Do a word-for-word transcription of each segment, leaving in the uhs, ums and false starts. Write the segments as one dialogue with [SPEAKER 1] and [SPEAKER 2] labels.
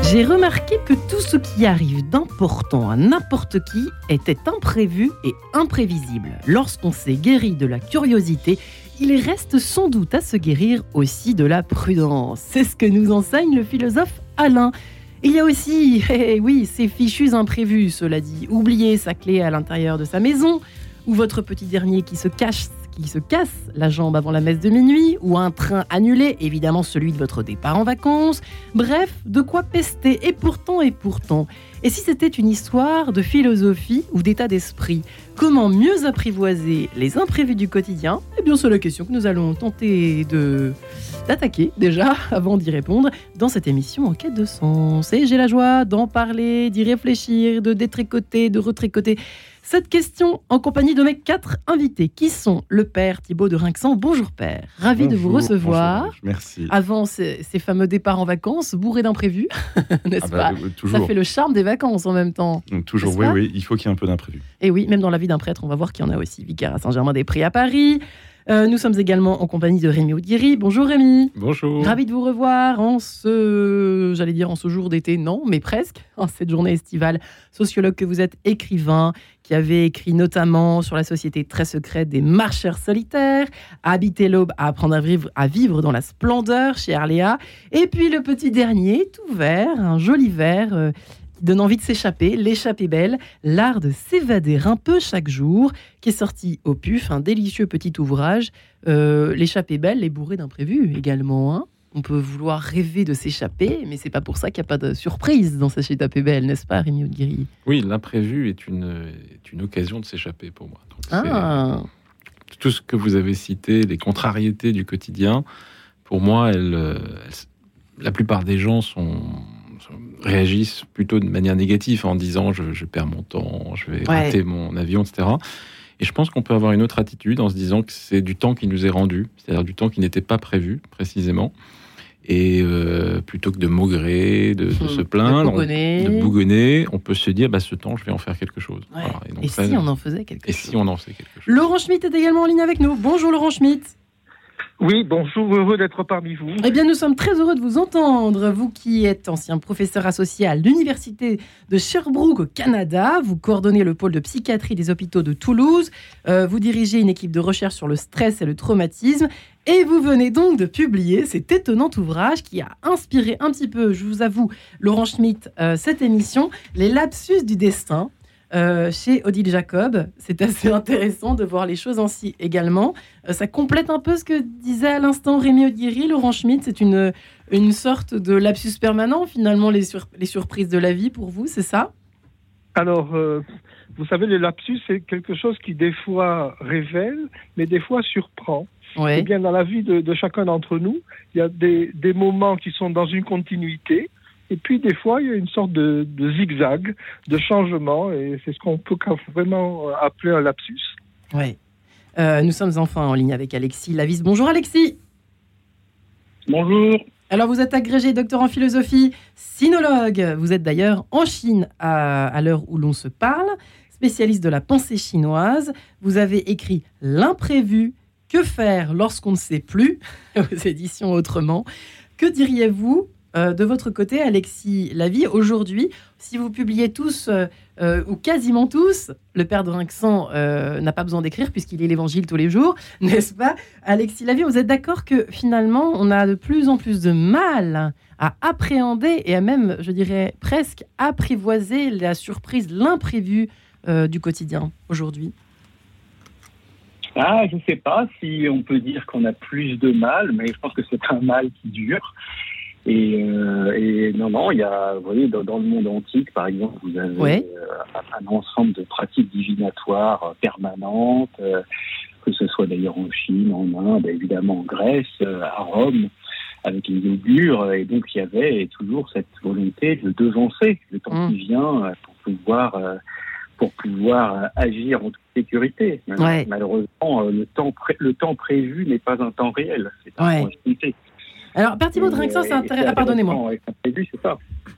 [SPEAKER 1] J'ai remarqué que tout ce qui arrive d'important à n'importe qui était imprévu et imprévisible. Lorsqu'on s'est guéri de la curiosité, il reste sans doute à se guérir aussi de la prudence. C'est ce que nous enseigne le philosophe Alain. Il y a aussi, eh oui, ces fichus imprévus, cela dit. Oublier sa clé à l'intérieur de sa maison, ou votre petit dernier qui se cache, qui se casse la jambe avant la messe de minuit, ou un train annulé, évidemment celui de votre départ en vacances. Bref, de quoi pester, et pourtant, et pourtant. Et si c'était une histoire de philosophie ou d'état d'esprit? Comment mieux apprivoiser les imprévus du quotidien? Eh bien, c'est la question que nous allons tenter de... d'attaquer déjà, avant d'y répondre, dans cette émission En quête de sens. Et j'ai la joie d'en parler, d'y réfléchir, de détricoter, de retricoter cette question en compagnie de mes quatre invités, qui sont le père Thibaut de Rinxan. Bonjour père, ravi bonjour, de vous recevoir.
[SPEAKER 2] Bonjour, merci.
[SPEAKER 1] Avant ces, ces fameux départs en vacances, bourrés d'imprévus, n'est-ce ah bah, pas toujours. Ça fait le charme des vacances en même temps.
[SPEAKER 2] Toujours, oui, oui, il faut qu'il y ait un peu d'imprévus.
[SPEAKER 1] Et oui, même dans la vie d'un prêtre, on va voir qu'il y en a aussi. Vicaire à Saint-Germain-des-Prés à Paris. Euh, nous sommes également en compagnie de Rémi Audiery. Bonjour Rémi.
[SPEAKER 2] Bonjour.
[SPEAKER 1] Ravi de vous revoir en ce, j'allais dire en ce jour d'été, non, mais presque, en cette journée estivale. Sociologue que vous êtes, écrivain, qui avait écrit notamment sur la société très secrète des marcheurs solitaires, Habiter l'aube, à apprendre à vivre, à vivre dans la splendeur chez Arléa. Et puis le petit dernier, tout vert, un joli vert, euh, qui donne envie de s'échapper, L'échappée belle, l'art de s'évader un peu chaque jour, qui est sorti au P U F, un délicieux petit ouvrage. Euh, L'échappée belle, les bourrés d'imprévus également. Hein. On peut vouloir rêver de s'échapper, mais c'est pas pour ça qu'il n'y a pas de surprise dans cette échappée belle, n'est-ce pas, Rémi Audiery?
[SPEAKER 2] Oui, l'imprévu est une, est une occasion de s'échapper pour moi. Donc,
[SPEAKER 1] ah.
[SPEAKER 2] Tout ce que vous avez cité, les contrariétés du quotidien, pour moi, elles, elles, la plupart des gens sont... réagissent plutôt de manière négative en disant je, je perds mon temps, je vais
[SPEAKER 1] ouais.
[SPEAKER 2] rater mon avion, et cetera. Et je pense qu'on peut avoir une autre attitude en se disant que c'est du temps qui nous est rendu, c'est-à-dire du temps qui n'était pas prévu précisément. Et euh, plutôt que de maugrer, de, de mmh, se plaindre,
[SPEAKER 1] de bougonner.
[SPEAKER 2] On, de bougonner, on peut se dire bah, ce temps, je vais en faire quelque chose.
[SPEAKER 1] Ouais.
[SPEAKER 2] Voilà. Et, donc,
[SPEAKER 1] et
[SPEAKER 2] ça,
[SPEAKER 1] si on en faisait quelque
[SPEAKER 2] et
[SPEAKER 1] chose
[SPEAKER 2] si on en faisait quelque chose.
[SPEAKER 1] Laurent Schmitt est également en ligne avec nous. Bonjour Laurent Schmitt.
[SPEAKER 3] Oui, bonjour, heureux d'être parmi vous.
[SPEAKER 1] Eh bien, nous sommes très heureux de vous entendre. Vous qui êtes ancien professeur associé à l'Université de Sherbrooke au Canada, vous coordonnez le pôle de psychiatrie des hôpitaux de Toulouse, euh, vous dirigez une équipe de recherche sur le stress et le traumatisme, et vous venez donc de publier cet étonnant ouvrage qui a inspiré un petit peu, je vous avoue, Laurent Schmitt, euh, cette émission, Les lapsus du destin. Euh, chez Odile Jacob, c'est assez intéressant de voir les choses ainsi également. Euh, ça complète un peu ce que disait à l'instant Rémi Audiery, Laurent Schmitt. C'est une, une sorte de lapsus permanent, finalement, les, sur, les surprises de la vie pour vous, c'est ça?
[SPEAKER 3] Alors, euh, vous savez, les lapsus, c'est quelque chose qui des fois révèle, mais des fois surprend.
[SPEAKER 1] Ouais.
[SPEAKER 3] Eh bien, dans la vie de, de chacun d'entre nous, il y a des, des moments qui sont dans une continuité. Et puis, des fois, il y a une sorte de, de zigzag, de changement, et c'est ce qu'on peut vraiment appeler un lapsus.
[SPEAKER 1] Oui. Euh, nous sommes enfin en ligne avec Alexis Lavis. Bonjour Alexis.
[SPEAKER 4] Bonjour.
[SPEAKER 1] Alors, vous êtes agrégé docteur en philosophie, sinologue. Vous êtes d'ailleurs en Chine à, à l'heure où l'on se parle, spécialiste de la pensée chinoise. Vous avez écrit L'imprévu, que faire lorsqu'on ne sait plus, aux éditions Autrement. Que diriez-vous Euh, de votre côté, Alexis Lavis, aujourd'hui, si vous publiez tous, euh, euh, ou quasiment tous, le père de Rinxan euh, n'a pas besoin d'écrire puisqu'il lit l'évangile tous les jours, n'est-ce pas? Alexis Lavis, vous êtes d'accord que finalement, on a de plus en plus de mal à appréhender et à même, je dirais, presque apprivoiser la surprise, l'imprévu euh, du quotidien aujourd'hui?
[SPEAKER 4] Ah, je ne sais pas si on peut dire qu'on a plus de mal, mais je pense que c'est un mal qui dure. Et, euh, et non, non, il y a, vous voyez, dans, dans le monde antique, par exemple, vous avez
[SPEAKER 1] ouais.
[SPEAKER 4] euh, un ensemble de pratiques divinatoires euh, permanentes, euh, que ce soit d'ailleurs en Chine, en Inde, évidemment en Grèce, euh, à Rome, avec les augures. Et donc, il y avait toujours cette volonté de devancer le temps mmh. qui vient euh, pour pouvoir, euh, pour pouvoir euh, agir en toute sécurité.
[SPEAKER 1] Ouais.
[SPEAKER 4] Malheureusement, euh, le, temps pré- le temps prévu n'est pas un temps réel, c'est un
[SPEAKER 1] ouais.
[SPEAKER 4] temps limité.
[SPEAKER 1] Alors, Père Thibaut de Rinxan, c'est intéressant. Ah, pardonnez-moi.
[SPEAKER 4] Prévu, c'est ça.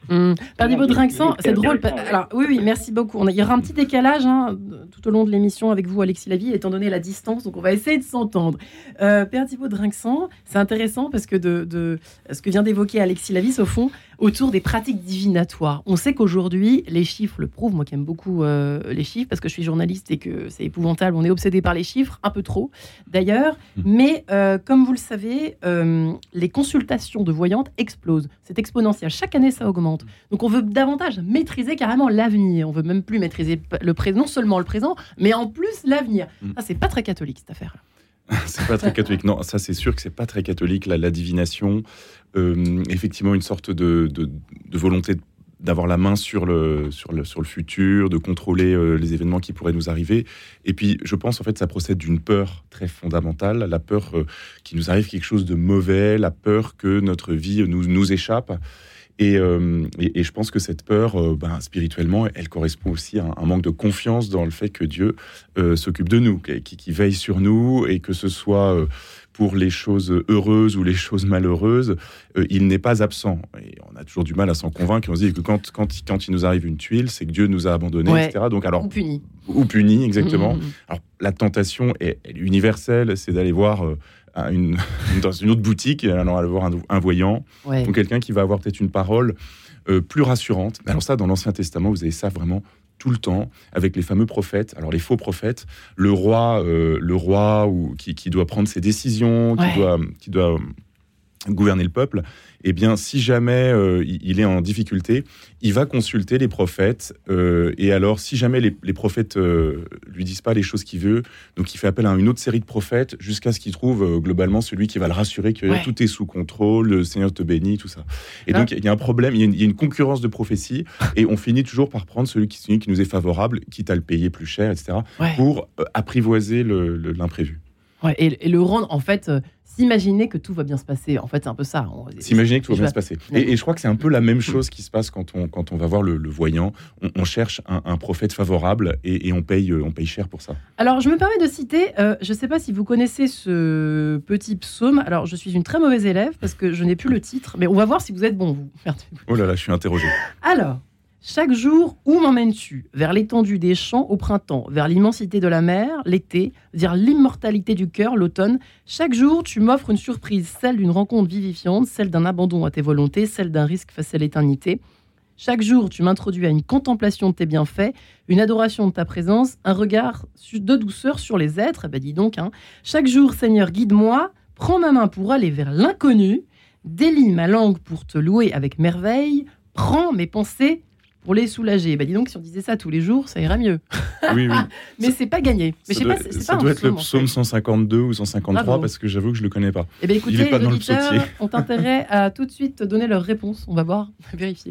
[SPEAKER 1] Mmh. Père Thibaud-Drinxant, c'est drôle.
[SPEAKER 4] Bien,
[SPEAKER 1] Alors, oui, oui, merci beaucoup. On a, il y aura un petit décalage hein, tout au long de l'émission avec vous, Alexis Lavie, étant donné la distance, donc on va essayer de s'entendre. Euh, Père Thibaud-Drinxant, c'est intéressant parce que de, de ce que vient d'évoquer Alexis Lavie, au fond, autour des pratiques divinatoires. On sait qu'aujourd'hui, les chiffres le prouvent, moi qui aime beaucoup euh, les chiffres, parce que je suis journaliste et que c'est épouvantable, on est obsédé par les chiffres, un peu trop d'ailleurs, mmh. mais euh, comme vous le savez, euh, les consultations de voyantes explosent, c'est exponentiel, chaque année ça augmente. Donc on veut davantage maîtriser carrément l'avenir, on veut même plus maîtriser le présent, non seulement le présent, mais en plus l'avenir. Mmh. Ça, c'est pas très catholique cette affaire.
[SPEAKER 5] C'est pas très catholique. Non, ça c'est sûr que c'est pas très catholique. La, la divination, euh, effectivement, une sorte de, de, de volonté d'avoir la main sur le, sur le, sur le futur, de contrôler euh, les événements qui pourraient nous arriver. Et puis, je pense en fait, ça procède d'une peur très fondamentale, la peur euh, qu'il nous arrive quelque chose de mauvais, la peur que notre vie nous, nous échappe. Et, euh, et, et je pense que cette peur, euh, ben, spirituellement, elle correspond aussi à un, un manque de confiance dans le fait que Dieu euh, s'occupe de nous, qui, qui veille sur nous, et que ce soit euh, pour les choses heureuses ou les choses malheureuses, euh, il n'est pas absent. Et on a toujours du mal à s'en convaincre. Et on se dit que quand, quand, quand il nous arrive une tuile, c'est que Dieu nous a abandonnés,
[SPEAKER 1] ouais.
[SPEAKER 5] et cetera. Donc, alors,
[SPEAKER 1] ou punis.
[SPEAKER 5] Ou punis, exactement.
[SPEAKER 1] Mmh.
[SPEAKER 5] Alors, la tentation est, elle est universelle, c'est d'aller voir... Euh, Une, dans une autre boutique, alors aller voir un, un voyant,
[SPEAKER 1] ouais.
[SPEAKER 5] ou quelqu'un qui va avoir peut-être une parole euh, plus rassurante. Alors ça, dans l'Ancien Testament, vous avez ça vraiment tout le temps, avec les fameux prophètes, alors les faux prophètes, le roi, euh, le roi ou, qui, qui doit prendre ses décisions, qui
[SPEAKER 1] ouais.
[SPEAKER 5] doit, qui doit euh, gouverner le peuple. Eh bien, si jamais euh, il est en difficulté, il va consulter les prophètes. Euh, et alors, si jamais les, les prophètes euh, lui disent pas les choses qu'il veut, donc il fait appel à une autre série de prophètes jusqu'à ce qu'il trouve euh, globalement celui qui va le rassurer que ouais. tout est sous contrôle, le Seigneur te bénit, tout ça. Et ah. donc, il y a un problème, il y a, une, il y a une concurrence de prophéties, et on finit toujours par prendre celui qui, celui qui nous est favorable, quitte à le payer plus cher, et cetera, ouais. pour euh, apprivoiser le, le, l'imprévu.
[SPEAKER 1] Ouais, et, et le rendre, en fait... Euh... S'imaginer que tout va bien se passer, en fait, c'est un peu ça. On...
[SPEAKER 5] S'imaginer que tout va bien se passer. Et, et je crois que c'est un peu la même chose qui se passe quand on, quand on va voir le, le voyant. On, on cherche un, un prophète favorable et, et on, paye, on paye cher pour ça.
[SPEAKER 1] Alors, je me permets de citer, euh, je ne sais pas si vous connaissez ce petit psaume. Alors, je suis une très mauvaise élève parce que je n'ai plus le titre, mais on va voir si vous êtes bon, vous.
[SPEAKER 5] Oh là là, je suis interrogé.
[SPEAKER 1] Alors... Chaque jour, où m'emmènes-tu ? Vers l'étendue des champs au printemps, vers l'immensité de la mer, l'été, vers l'immortalité du cœur, l'automne. Chaque jour, tu m'offres une surprise, celle d'une rencontre vivifiante, celle d'un abandon à tes volontés, celle d'un risque face à l'éternité. Chaque jour, tu m'introduis à une contemplation de tes bienfaits, une adoration de ta présence, un regard de douceur sur les êtres. Eh ben dis donc, hein. Chaque jour, Seigneur, guide-moi, prends ma main pour aller vers l'inconnu, délie ma langue pour te louer avec merveille, prends mes pensées pour les soulager. Bah dis donc, si on disait ça tous les jours, ça irait mieux.
[SPEAKER 5] Oui, oui.
[SPEAKER 1] Mais ça, c'est pas gagné. Mais je sais
[SPEAKER 5] doit,
[SPEAKER 1] pas, c'est, c'est
[SPEAKER 5] ça
[SPEAKER 1] pas
[SPEAKER 5] doit
[SPEAKER 1] un
[SPEAKER 5] être le
[SPEAKER 1] psaume,
[SPEAKER 5] psaume cent cinquante-deux ou cent cinquante-trois, Bravo. Parce que j'avoue que je le connais pas.
[SPEAKER 1] Eh bien, écoutez,
[SPEAKER 5] Il est pas
[SPEAKER 1] les
[SPEAKER 5] dans le
[SPEAKER 1] auditeurs
[SPEAKER 5] psautier.
[SPEAKER 1] ont intérêt à tout de suite donner leur réponse. On va voir, on va vérifier.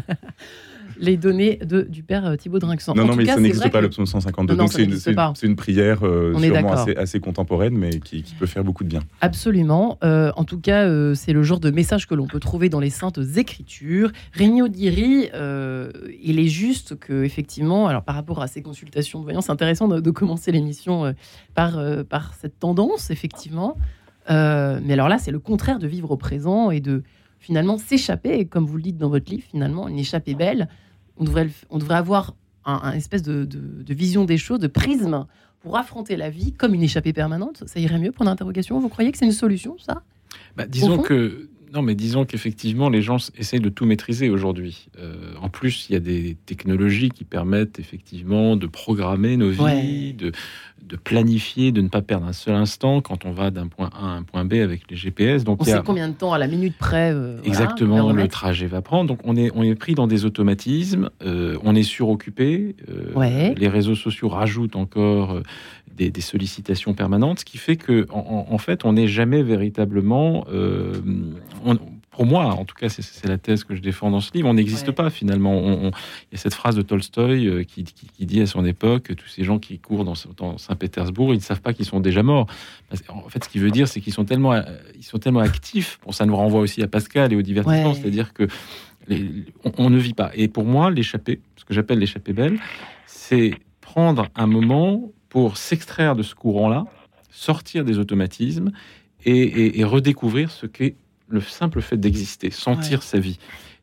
[SPEAKER 1] Les données de, du père Thibaud-Drinxant.
[SPEAKER 5] Non,
[SPEAKER 1] en
[SPEAKER 5] non, mais
[SPEAKER 1] cas,
[SPEAKER 5] ça n'existe pas
[SPEAKER 1] que...
[SPEAKER 5] le psaume cent cinquante-deux.
[SPEAKER 1] Non, non,
[SPEAKER 5] donc c'est une, c'est, une, c'est une prière euh, sûrement assez, assez contemporaine, mais qui, qui peut faire beaucoup de bien.
[SPEAKER 1] Absolument. Euh, en tout cas, euh, c'est le genre de message que l'on peut trouver dans les Saintes Écritures. Regnault Diri, euh, il est juste que, effectivement, alors par rapport à ces consultations de voyants, c'est intéressant de, de commencer l'émission euh, par, euh, par cette tendance, effectivement. Euh, mais alors là, c'est le contraire de vivre au présent et de finalement s'échapper, et comme vous le dites dans votre livre, finalement, une échappée belle. On devrait, on devrait avoir un, un espèce de, de, de vision des choses, de prisme, pour affronter la vie comme une échappée permanente. Ça irait mieux pour l'interrogation. Vous croyez que c'est une solution, ça ?
[SPEAKER 2] Bah, disons que non, mais disons qu'effectivement, les gens essayent de tout maîtriser aujourd'hui. Euh, en plus, il y a des technologies qui permettent effectivement de programmer nos vies,
[SPEAKER 1] ouais.
[SPEAKER 2] de, de planifier, de ne pas perdre un seul instant quand on va d'un point A à un point B avec les G P S. Donc,
[SPEAKER 1] on
[SPEAKER 2] il y a...
[SPEAKER 1] sait combien de temps à la minute près euh,
[SPEAKER 2] exactement
[SPEAKER 1] voilà,
[SPEAKER 2] le trajet va prendre. Donc, on est, on est pris dans des automatismes, euh, on est suroccupé. Euh,
[SPEAKER 1] ouais.
[SPEAKER 2] Les réseaux sociaux rajoutent encore euh, des, des sollicitations permanentes, ce qui fait que, en, en fait, on n'est jamais véritablement... Euh, on, pour moi, en tout cas, c'est, c'est la thèse que je défends dans ce livre, on n'existe ouais. pas finalement. On, on, il y a cette phrase de Tolstoï euh, qui, qui, qui dit à son époque, tous ces gens qui courent dans, dans Saint-Pétersbourg, ils ne savent pas qu'ils sont déjà morts. Parce en fait, ce qu'il veut dire, c'est qu'ils sont tellement, euh, ils sont tellement actifs. Bon, ça nous renvoie aussi à Pascal et au divertissement, ouais. c'est-à-dire que les, on, on ne vit pas. Et pour moi, l'échappée, ce que j'appelle l'échappée belle, c'est prendre un moment pour s'extraire de ce courant-là, sortir des automatismes et, et, et redécouvrir ce qu'est le simple fait d'exister, sentir ouais. sa vie.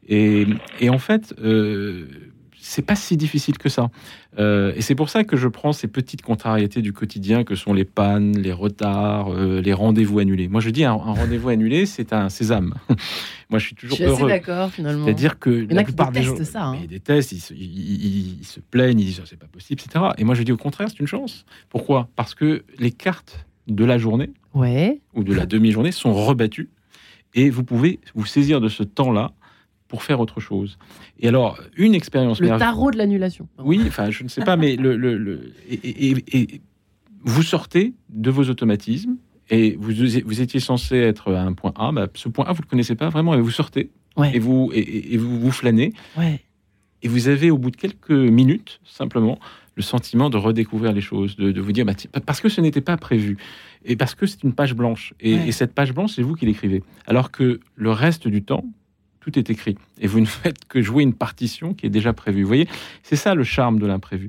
[SPEAKER 2] Et, et en fait, euh, c'est pas si difficile que ça. Euh, et c'est pour ça que je prends ces petites contrariétés du quotidien que sont les pannes, les retards, euh, les rendez-vous annulés. Moi, je dis un, un rendez-vous annulé, c'est un sésame. Moi, je suis toujours
[SPEAKER 1] je suis
[SPEAKER 2] heureux.
[SPEAKER 1] assez d'accord, finalement.
[SPEAKER 2] C'est-à-dire que
[SPEAKER 1] Il y en
[SPEAKER 2] la
[SPEAKER 1] a qui
[SPEAKER 2] plupart des gens,
[SPEAKER 1] détestent ça, hein.
[SPEAKER 2] ils détestent, ils se, ils, ils- ils se plaignent, ils disent oh, c'est pas possible, et cetera. Et moi, je dis au contraire, c'est une chance. Pourquoi ? Parce que les cartes de la journée
[SPEAKER 1] Ouais.
[SPEAKER 2] ou de la demi-journée sont rebattues et vous pouvez vous saisir de ce temps-là pour faire autre chose. Et alors, une expérience
[SPEAKER 1] Le
[SPEAKER 2] merveilleuse-
[SPEAKER 1] tarot de l'annulation.
[SPEAKER 2] oui, enfin, je ne sais pas, mais le, le, le- et, et- et- et vous sortez de vos automatismes et vous, vous étiez censé être à un point A. Bah, ce point A, vous ne le connaissez pas vraiment, et vous sortez
[SPEAKER 1] Ouais.
[SPEAKER 2] et vous et, et- et vous, vous flânez
[SPEAKER 1] Ouais.
[SPEAKER 2] et vous avez au bout de quelques minutes simplement le sentiment de redécouvrir les choses, de, de vous dire bah, tiens, parce que ce n'était pas prévu et parce que c'est une page blanche et,
[SPEAKER 1] Ouais.
[SPEAKER 2] et cette page blanche, c'est vous qui l'écrivez, alors que le reste du temps, tout est écrit et vous ne faites que jouer une partition qui est déjà prévue. Vous voyez, c'est ça le charme de l'imprévu.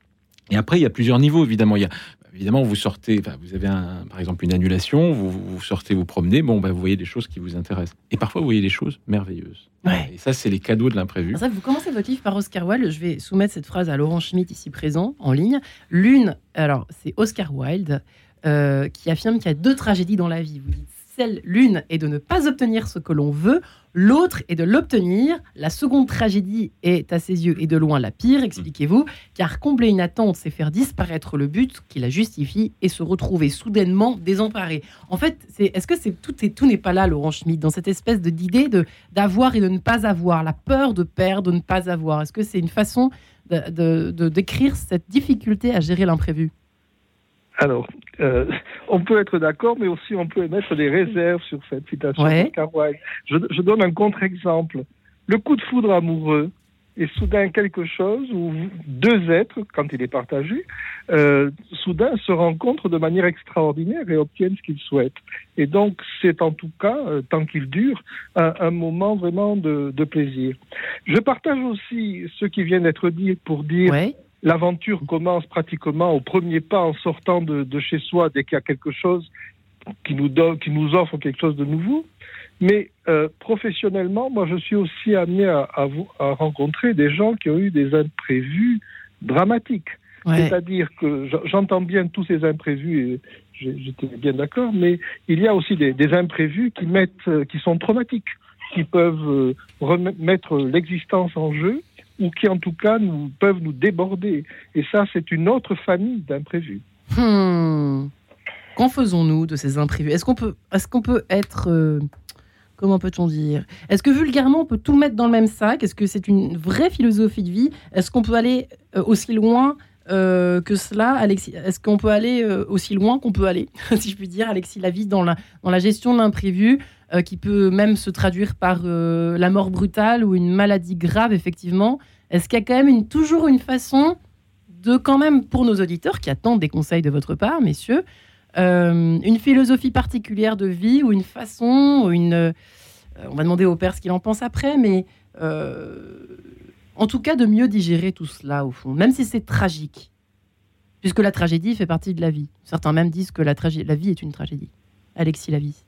[SPEAKER 2] Et après, il y a plusieurs niveaux, évidemment. Il y a, évidemment, vous sortez, enfin, vous avez un, par exemple une annulation, vous, vous sortez vous promener, bon, bah, vous voyez des choses qui vous intéressent. Et parfois, vous voyez des choses merveilleuses.
[SPEAKER 1] Ouais.
[SPEAKER 2] Et ça, c'est les cadeaux de l'imprévu.
[SPEAKER 1] Alors ça, vous commencez votre livre par Oscar Wilde. Je vais soumettre cette phrase à Laurent Schmitt, ici présent, en ligne. L'une, alors, c'est Oscar Wilde euh, qui affirme qu'il y a deux tragédies dans la vie. Vous dites, celle, l'une est de ne pas obtenir ce que l'on veut, l'autre est de l'obtenir. La seconde tragédie est, à ses yeux, et de loin la pire, expliquez-vous, car combler une attente, c'est faire disparaître le but qui la justifie et se retrouver soudainement désemparé. En fait, c'est, est-ce que c'est, tout, est, tout n'est pas là, Laurent Schmitt, dans cette espèce de, d'idée de, d'avoir et de ne pas avoir, la peur de perdre, de ne pas avoir. Est-ce que c'est une façon de, de, de décrire cette difficulté à gérer l'imprévu ?
[SPEAKER 3] Alors, euh, on peut être d'accord, mais aussi on peut émettre des réserves sur cette citation
[SPEAKER 1] Ouais.
[SPEAKER 3] d'Oscar Wilde. Je, je donne un contre-exemple. Le coup de foudre amoureux est soudain quelque chose où deux êtres, quand il est partagé, euh, soudain se rencontrent de manière extraordinaire et obtiennent ce qu'ils souhaitent. Et donc, c'est en tout cas, euh, tant qu'il dure, un, un moment vraiment de, de plaisir. Je partage aussi ce qui vient d'être dit pour dire
[SPEAKER 1] Ouais.
[SPEAKER 3] l'aventure commence pratiquement au premier pas en sortant de, de chez soi dès qu'il y a quelque chose qui nous donne, qui nous offre quelque chose de nouveau. Mais euh, professionnellement, moi, je suis aussi amené à, à, à rencontrer des gens qui ont eu des imprévus dramatiques.
[SPEAKER 1] Ouais.
[SPEAKER 3] C'est-à-dire que j'entends bien tous ces imprévus, et j'étais bien d'accord, mais il y a aussi des, des imprévus qui mettent, qui sont traumatiques, qui peuvent remettre l'existence en jeu, ou qui en tout cas nous, peuvent nous déborder. Et ça, c'est une autre famille d'imprévus.
[SPEAKER 1] Hmm. Qu'en faisons-nous de ces imprévus ? Est-ce qu'on peut, est-ce qu'on peut être... euh, comment peut-on dire ? Est-ce que vulgairement, on peut tout mettre dans le même sac ? Est-ce que c'est une vraie philosophie de vie ? Est-ce qu'on peut aller euh, aussi loin euh, que cela, Alexis ? Est-ce qu'on peut aller euh, aussi loin qu'on peut aller, si je puis dire, Alexis Lavisse, dans la, dans la gestion de l'imprévu, euh, qui peut même se traduire par euh, la mort brutale ou une maladie grave, effectivement ? Est-ce qu'il y a quand même une, toujours une façon de, quand même, pour nos auditeurs qui attendent des conseils de votre part, messieurs, euh, une philosophie particulière de vie ou une façon, ou une, euh, on va demander au père ce qu'il en pense après, mais euh, en tout cas de mieux digérer tout cela au fond, même si c'est tragique, puisque la tragédie fait partie de la vie. Certains même disent que la, tragé- la vie est une tragédie. Alexis Lavisse.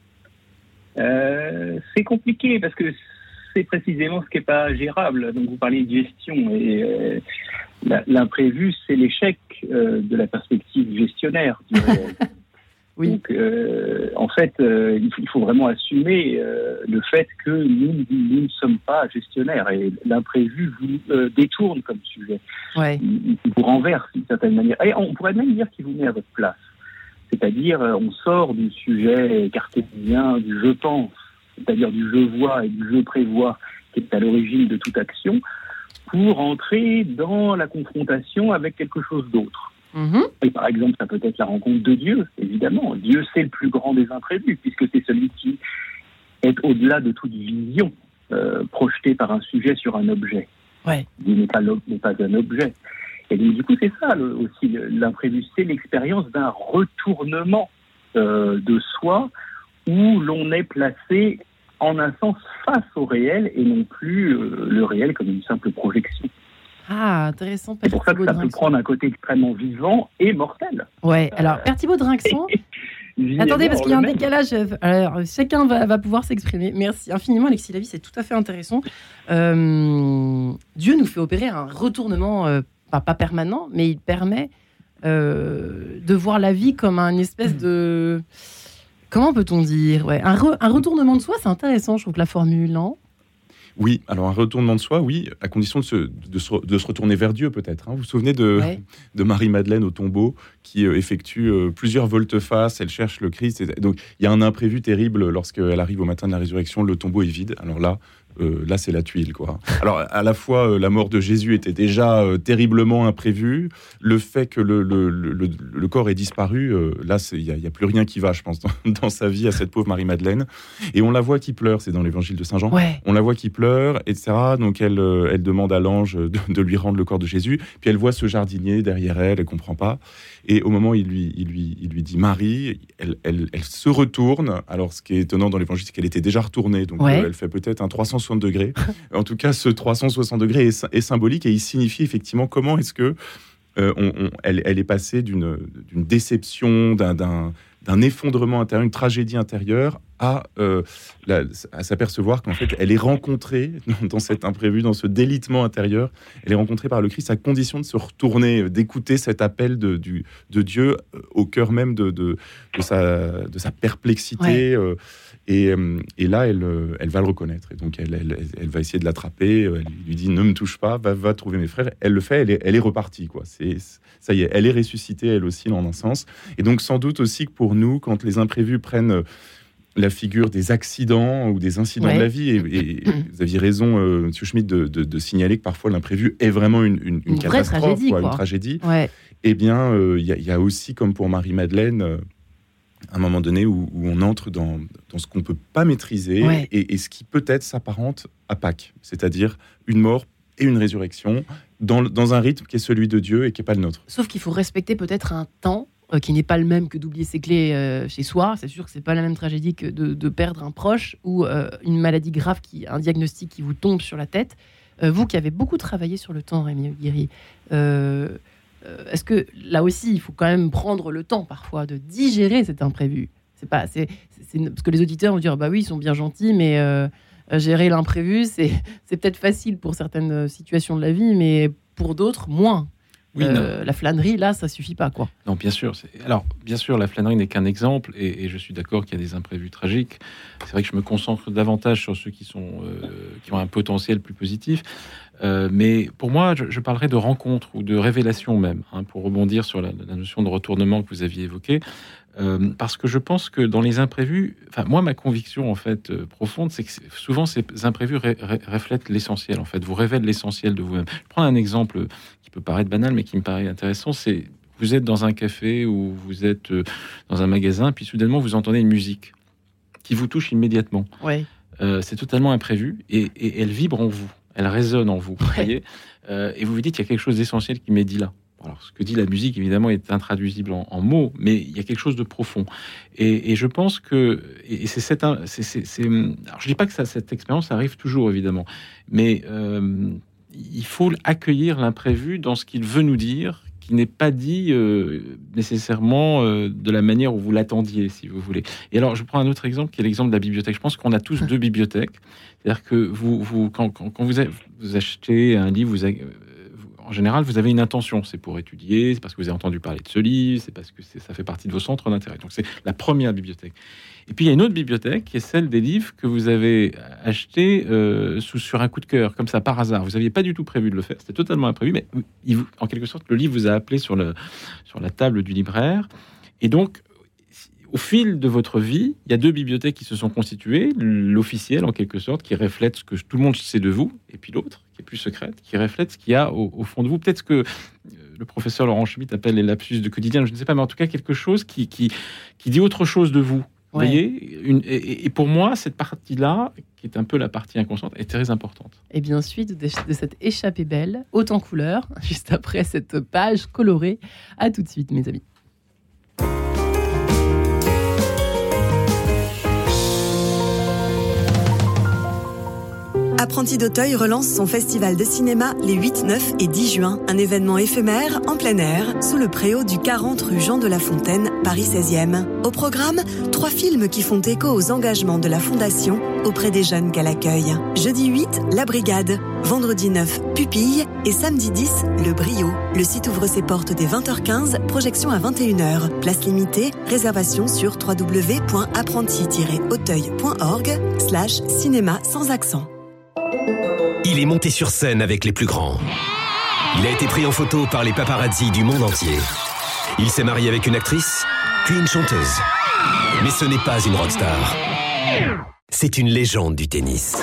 [SPEAKER 4] Euh, c'est compliqué parce que c'est précisément ce qui n'est pas gérable. Donc vous parlez de gestion et euh, la, l'imprévu, c'est l'échec euh, de la perspective gestionnaire du réel.
[SPEAKER 1] Oui.
[SPEAKER 4] Donc euh, en fait, euh, il, faut, il faut vraiment assumer euh, le fait que nous, nous ne sommes pas gestionnaires et l'imprévu vous euh, détourne comme sujet.
[SPEAKER 1] Ouais.
[SPEAKER 4] Il, il vous renverse d'une certaine manière. Et on pourrait même dire qu'il vous met à votre place. C'est-à-dire, on sort du sujet cartésien du « je pense », c'est-à-dire du « je vois » et du « je prévois », qui est à l'origine de toute action, pour entrer dans la confrontation avec quelque chose d'autre.
[SPEAKER 1] Mm-hmm.
[SPEAKER 4] Et par exemple, ça peut être la rencontre de Dieu, évidemment. Dieu, c'est le plus grand des imprévus, puisque c'est celui qui est au-delà de toute vision euh, projetée par un sujet sur un objet.
[SPEAKER 1] Ouais.
[SPEAKER 4] Dieu n'est pas, n'est pas un objet. Et donc, du coup, c'est ça le, aussi l'imprévu, c'est l'expérience d'un retournement euh, de soi où l'on est placé en un sens face au réel et non plus euh, le réel comme une simple projection.
[SPEAKER 1] Ah, intéressant.
[SPEAKER 4] C'est pour ça que ça peut prendre un côté extrêmement vivant et mortel.
[SPEAKER 1] Ouais, alors, Père Thibaut Drinxon, Attendez, parce qu'il y a un
[SPEAKER 4] le même.
[SPEAKER 1] décalage. Alors, chacun va, va pouvoir s'exprimer. Merci infiniment, Alexis Lavie, c'est tout à fait intéressant. Euh, Dieu nous fait opérer un retournement, euh, pas, pas permanent, mais il permet euh, de voir la vie comme une espèce de... Comment peut-on dire ouais, un, re, un retournement de soi, c'est intéressant, je trouve, la formule, non ?
[SPEAKER 5] Oui, alors un retournement de soi, oui, à condition de se, de se, de se retourner vers Dieu peut-être. Hein. Vous vous souvenez de,
[SPEAKER 1] ouais.
[SPEAKER 5] de Marie-Madeleine au tombeau qui euh, effectue euh, plusieurs volte-face, elle cherche le Christ. Et, donc il y a un imprévu terrible lorsqu'elle arrive au matin de la résurrection, le tombeau est vide. Alors là, euh, là c'est la tuile, quoi. Alors à la fois, euh, la mort de Jésus était déjà euh, terriblement imprévue. Le fait que le, le, le, le, le corps ait disparu, euh, là il n'y a, a plus rien qui va, je pense, dans, dans sa vie à cette pauvre Marie-Madeleine. Et on la voit qui pleure, c'est dans l'évangile de Saint Jean.
[SPEAKER 1] Ouais.
[SPEAKER 5] On la voit qui pleure, et cetera. Donc elle, euh, elle demande à l'ange de, de lui rendre le corps de Jésus. Puis elle voit ce jardinier derrière elle, elle comprend pas. Et au moment où il lui, il lui, il lui dit Marie, elle, elle, elle se retourne. Alors ce qui est étonnant dans l'évangile, c'est qu'elle était déjà retournée. Donc
[SPEAKER 1] ouais.
[SPEAKER 5] euh, elle fait peut-être un trois cent soixante degrés. En tout cas, ce trois cent soixante degrés est, est symbolique et il signifie effectivement comment est-ce que euh, on, on, elle, elle est passée d'une, d'une déception, d'un, d'un, d'un effondrement intérieur, une tragédie intérieure, à, euh, la, à s'apercevoir qu'en fait, elle est rencontrée dans, dans cet imprévu, dans ce délitement intérieur, elle est rencontrée par le Christ à condition de se retourner, d'écouter cet appel de, du, de Dieu au cœur même de, de, de, sa, de sa perplexité. Ouais. Euh, et, et là, elle, elle va le reconnaître. Et donc, elle, elle, elle va essayer de l'attraper. Elle lui dit « Ne me touche pas, va, va trouver mes frères ». Elle le fait, elle est, elle est repartie, quoi. C'est, ça y est, elle est ressuscitée, elle aussi, en un sens. Et donc, sans doute aussi que pour nous, quand les imprévus prennent la figure des accidents ou des incidents ouais. de la vie, et, et vous aviez raison, euh, M. Schmitt, de, de, de signaler que parfois l'imprévu est vraiment une, une, une, une catastrophe,
[SPEAKER 1] tragédie,
[SPEAKER 5] quoi,
[SPEAKER 1] quoi.
[SPEAKER 5] une tragédie.
[SPEAKER 1] Ouais.
[SPEAKER 5] Eh bien, il euh, y, y a aussi, comme pour Marie-Madeleine, euh, un moment donné où, où on entre dans, dans ce qu'on ne peut pas maîtriser ouais. et, et ce qui peut-être s'apparente à Pâques, c'est-à-dire une mort et une résurrection dans, dans un rythme qui est celui de Dieu et qui n'est pas le nôtre.
[SPEAKER 1] Sauf qu'il faut respecter peut-être un temps euh, qui n'est pas le même que d'oublier ses clés euh, chez soi. C'est sûr que ce n'est pas la même tragédie que de, de perdre un proche ou euh, une maladie grave, qui, un diagnostic qui vous tombe sur la tête. Euh, vous qui avez beaucoup travaillé sur le temps, Rémi Guéry, euh, est-ce que là aussi, il faut quand même prendre le temps parfois de digérer cet imprévu ? C'est pas, c'est, c'est, parce que les auditeurs vont dire bah oui, ils sont bien gentils, mais euh, gérer l'imprévu, c'est, c'est peut-être facile pour certaines situations de la vie, mais pour d'autres, moins. Oui, euh, la flânerie, là, ça suffit pas, quoi.
[SPEAKER 2] Non, bien sûr. C'est... Alors, bien sûr, la flânerie n'est qu'un exemple, et, et je suis d'accord qu'il y a des imprévus tragiques. C'est vrai que je me concentre davantage sur ceux qui sont euh, qui ont un potentiel plus positif. Euh, mais pour moi, je, je parlerais de rencontre ou de révélation même, hein, pour rebondir sur la, la notion de retournement que vous aviez évoquée. Euh, parce que je pense que dans les imprévus, enfin moi ma conviction en fait euh, profonde, c'est que c'est, souvent ces imprévus ré, ré, reflètent l'essentiel en fait, vous révèlent l'essentiel de vous-même. Je prends un exemple qui peut paraître banal mais qui me paraît intéressant, c'est vous êtes dans un café ou vous êtes euh, dans un magasin, puis soudainement vous entendez une musique qui vous touche immédiatement.
[SPEAKER 1] Ouais.
[SPEAKER 2] Euh, c'est totalement imprévu et, et elle vibre en vous, elle résonne en vous, ouais. Vous voyez, euh, et vous vous dites il y a quelque chose d'essentiel qui m'est dit là. Alors, ce que dit la musique, évidemment, est intraduisible en, en mots, mais il y a quelque chose de profond. Et, et je pense que... Et c'est cette, c'est, c'est, c'est, alors, je ne dis pas que ça, cette expérience arrive toujours, évidemment, mais euh, il faut accueillir l'imprévu dans ce qu'il veut nous dire, qui n'est pas dit euh, nécessairement euh, de la manière où vous l'attendiez, si vous voulez. Et alors, je prends un autre exemple, qui est l'exemple de la bibliothèque. Je pense qu'on a tous deux bibliothèques. C'est-à-dire que vous, vous, quand, quand, quand vous, avez, vous achetez un livre, vous avez, en général, vous avez une intention. C'est pour étudier, c'est parce que vous avez entendu parler de ce livre, c'est parce que c'est, ça fait partie de vos centres d'intérêt. Donc, c'est la première bibliothèque. Et puis, il y a une autre bibliothèque qui est celle des livres que vous avez achetés euh, sous, sur un coup de cœur, comme ça, par hasard. Vous n'aviez pas du tout prévu de le faire. C'était totalement imprévu, mais il, en quelque sorte, le livre vous a appelé sur, le, sur la table du libraire. Et donc, au fil de votre vie, il y a deux bibliothèques qui se sont constituées. L'officielle, en quelque sorte, qui reflète ce que tout le monde sait de vous, et puis l'autre, qui est plus secrète, qui reflète ce qu'il y a au, au fond de vous. Peut-être que le professeur Laurent Schmitt appelle les lapsus de quotidien, je ne sais pas, mais en tout cas, quelque chose qui, qui, qui dit autre chose de vous. Vous ouais. voyez une, et, et pour moi, cette partie-là, qui est un peu la partie inconsciente, est très importante.
[SPEAKER 1] Et bien ensuite, de, de cette échappée belle, haute en couleurs, juste après cette page colorée. À tout de suite, mes amis.
[SPEAKER 6] Apprentis d'Auteuil relance son festival de cinéma les huit, neuf et dix juin. Un événement éphémère en plein air, sous le préau du quarante rue Jean de La Fontaine, Paris seizième. Au programme, trois films qui font écho aux engagements de la Fondation auprès des jeunes qu'elle accueille. Jeudi huit, La Brigade. Vendredi neuf, Pupille. Et samedi dix, Le Brio. Le site ouvre ses portes dès vingt heures quinze, projection à vingt et une heures. Place limitée, réservation sur w w w point apprenti tiret auteuil point org slash cinéma sans accent.
[SPEAKER 7] Il est monté sur scène avec les plus grands. Il a été pris en photo par les paparazzis du monde entier. Il s'est marié avec une actrice, puis une chanteuse. Mais ce n'est pas une rockstar. C'est une légende du tennis.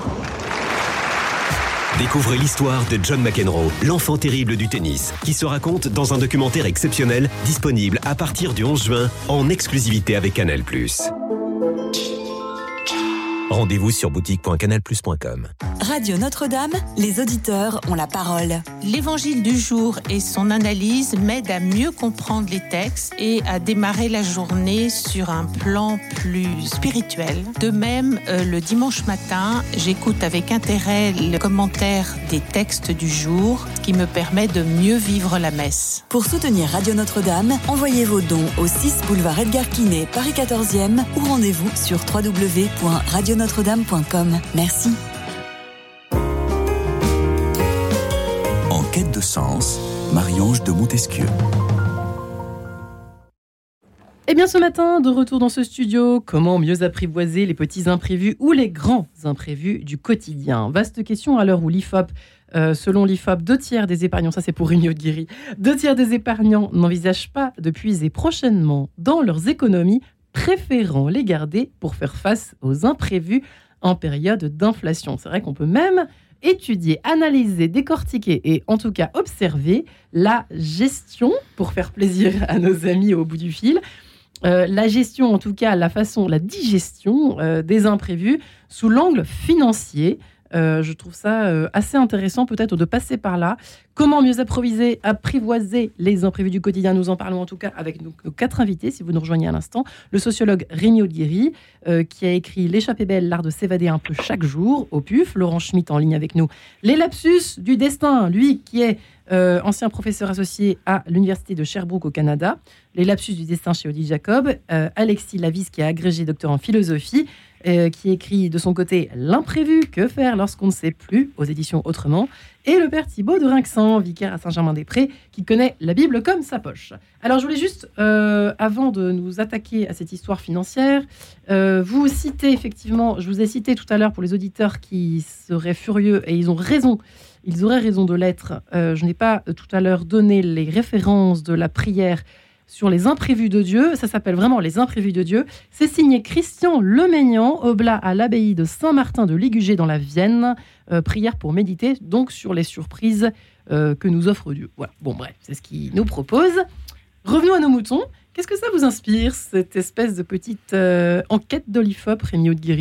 [SPEAKER 7] Découvrez l'histoire de John McEnroe, l'enfant terrible du tennis, qui se raconte dans un documentaire exceptionnel disponible à partir du onze juin en exclusivité avec Canal plus. Rendez-vous sur boutique point canal plus point com.
[SPEAKER 6] Radio Notre-Dame, les auditeurs ont la parole.
[SPEAKER 8] L'évangile du jour et son analyse m'aident à mieux comprendre les textes et à démarrer la journée sur un plan plus spirituel. De même, euh, le dimanche matin, j'écoute avec intérêt le commentaire des textes du jour, ce qui me permet de mieux vivre la messe.
[SPEAKER 6] Pour soutenir Radio Notre-Dame, envoyez vos dons au six boulevard Edgar Quinet, Paris quatorzième ou rendez-vous sur w w w point radio notre dame point com. Merci.
[SPEAKER 9] En quête de sens, Marie-Ange de Montesquieu.
[SPEAKER 1] Eh bien ce matin, de retour dans ce studio, comment mieux apprivoiser les petits imprévus ou les grands imprévus du quotidien ? Vaste question à l'heure où l'I F O P, euh, selon l'I F O P, deux tiers des épargnants, ça c'est pour Rémi Aude-Guéry, deux tiers des épargnants n'envisagent pas de puiser prochainement dans leurs économies, préférant les garder pour faire face aux imprévus en période d'inflation. C'est vrai qu'on peut même étudier, analyser, décortiquer et en tout cas observer la gestion, pour faire plaisir à nos amis au bout du fil, euh, la gestion, en tout cas la façon, la digestion euh, des imprévus sous l'angle financier. Euh, je trouve ça euh, assez intéressant peut-être de passer par là. Comment mieux apprivoiser, apprivoiser les imprévus du quotidien ? Nous en parlons en tout cas avec nos, nos quatre invités, si vous nous rejoignez à l'instant. Le sociologue Rémi Aude-Guéry, euh, qui a écrit L'échappée belle, l'art de s'évader un peu chaque jour, au P U F. Laurent Schmitt en ligne avec nous. Les lapsus du destin, lui qui est euh, ancien professeur associé à l'université de Sherbrooke au Canada. Les lapsus du destin chez Odile Jacob. Euh, Alexis Lavis, qui est agrégé docteur en philosophie, Euh, qui écrit de son côté L'imprévu, que faire lorsqu'on ne sait plus, aux éditions Autrement, et le père Thibaut de Rinxan, vicaire à Saint-Germain-des-Prés, qui connaît la Bible comme sa poche. Alors je voulais juste, euh, avant de nous attaquer à cette histoire financière, euh, vous citer effectivement, je vous ai cité tout à l'heure pour les auditeurs qui seraient furieux, et ils ont raison, ils auraient raison de l'être, euh, je n'ai pas euh, tout à l'heure donné les références de la prière sur les imprévus de Dieu, ça s'appelle vraiment les imprévus de Dieu. C'est signé Christian Leménian, oblat à l'abbaye de Saint-Martin de Ligugé dans la Vienne. Euh, prière pour méditer donc sur les surprises euh, que nous offre Dieu. Voilà. Bon bref, c'est ce qu'il nous propose. Revenons à nos moutons. Qu'est-ce que ça vous inspire, cette espèce de petite euh, enquête de l'I F O P, Rémi Aude-Guéry ?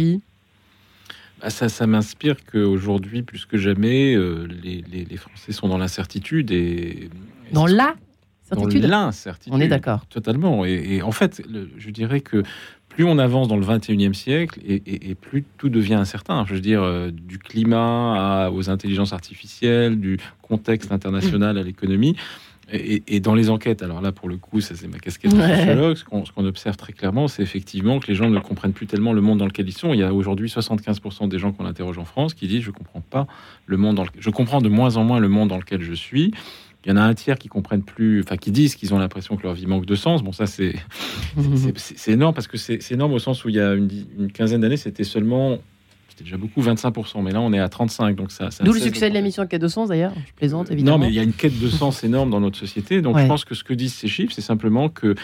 [SPEAKER 2] Bah ça, ça m'inspire qu'aujourd'hui, plus que jamais, euh, les, les, les Français sont dans l'incertitude et...
[SPEAKER 1] Dans la
[SPEAKER 2] Dans l'incertitude.
[SPEAKER 1] On est d'accord.
[SPEAKER 2] Totalement. Et, et en fait, le, je dirais que plus on avance dans le vingt et unième siècle, et, et, et plus tout devient incertain. Je veux dire, euh, du climat à, aux intelligences artificielles, du contexte international à l'économie. Et, et dans les enquêtes, alors là, pour le coup, ça c'est ma casquette de
[SPEAKER 1] Ouais.
[SPEAKER 2] sociologue, ce qu'on, ce qu'on observe très clairement, c'est effectivement que les gens ne comprennent plus tellement le monde dans lequel ils sont. Il y a aujourd'hui soixante-quinze pour cent des gens qu'on interroge en France qui disent « je comprends pas le monde dans lequel... Je comprends de moins en moins le monde dans lequel je suis ». Il y en a un tiers qui comprennent plus, enfin qui disent qu'ils ont l'impression que leur vie manque de sens. Bon, ça c'est c'est, c'est, c'est énorme parce que c'est, c'est énorme au sens où il y a une, une quinzaine d'années, c'était seulement, c'était déjà beaucoup, vingt-cinq pour cent, mais là on est à trente-cinq, donc ça. ça
[SPEAKER 1] D'où le succès de l'émission Quête de Sens d'ailleurs. Je plaisante évidemment.
[SPEAKER 2] Non, mais il y a une quête de sens énorme dans notre société. Donc
[SPEAKER 1] Ouais.
[SPEAKER 2] je pense que ce que disent ces chiffres, c'est simplement que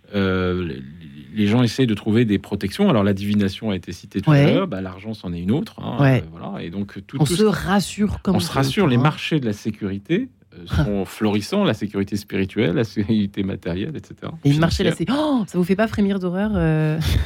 [SPEAKER 2] euh, les gens essayent de trouver des protections. Alors la divination a été citée tout
[SPEAKER 1] Ouais.
[SPEAKER 2] à l'heure, bah, l'argent c'en est une autre. Hein,
[SPEAKER 1] Ouais.
[SPEAKER 2] euh, voilà. Et donc tout,
[SPEAKER 1] On
[SPEAKER 2] tout
[SPEAKER 1] se rassure comme
[SPEAKER 2] on se rassure. Les
[SPEAKER 1] hein.
[SPEAKER 2] marchés de la sécurité sont florissants, la sécurité spirituelle, la sécurité matérielle, et cetera.
[SPEAKER 1] Et le marché là, c'est oh, ça vous fait pas frémir d'horreur euh...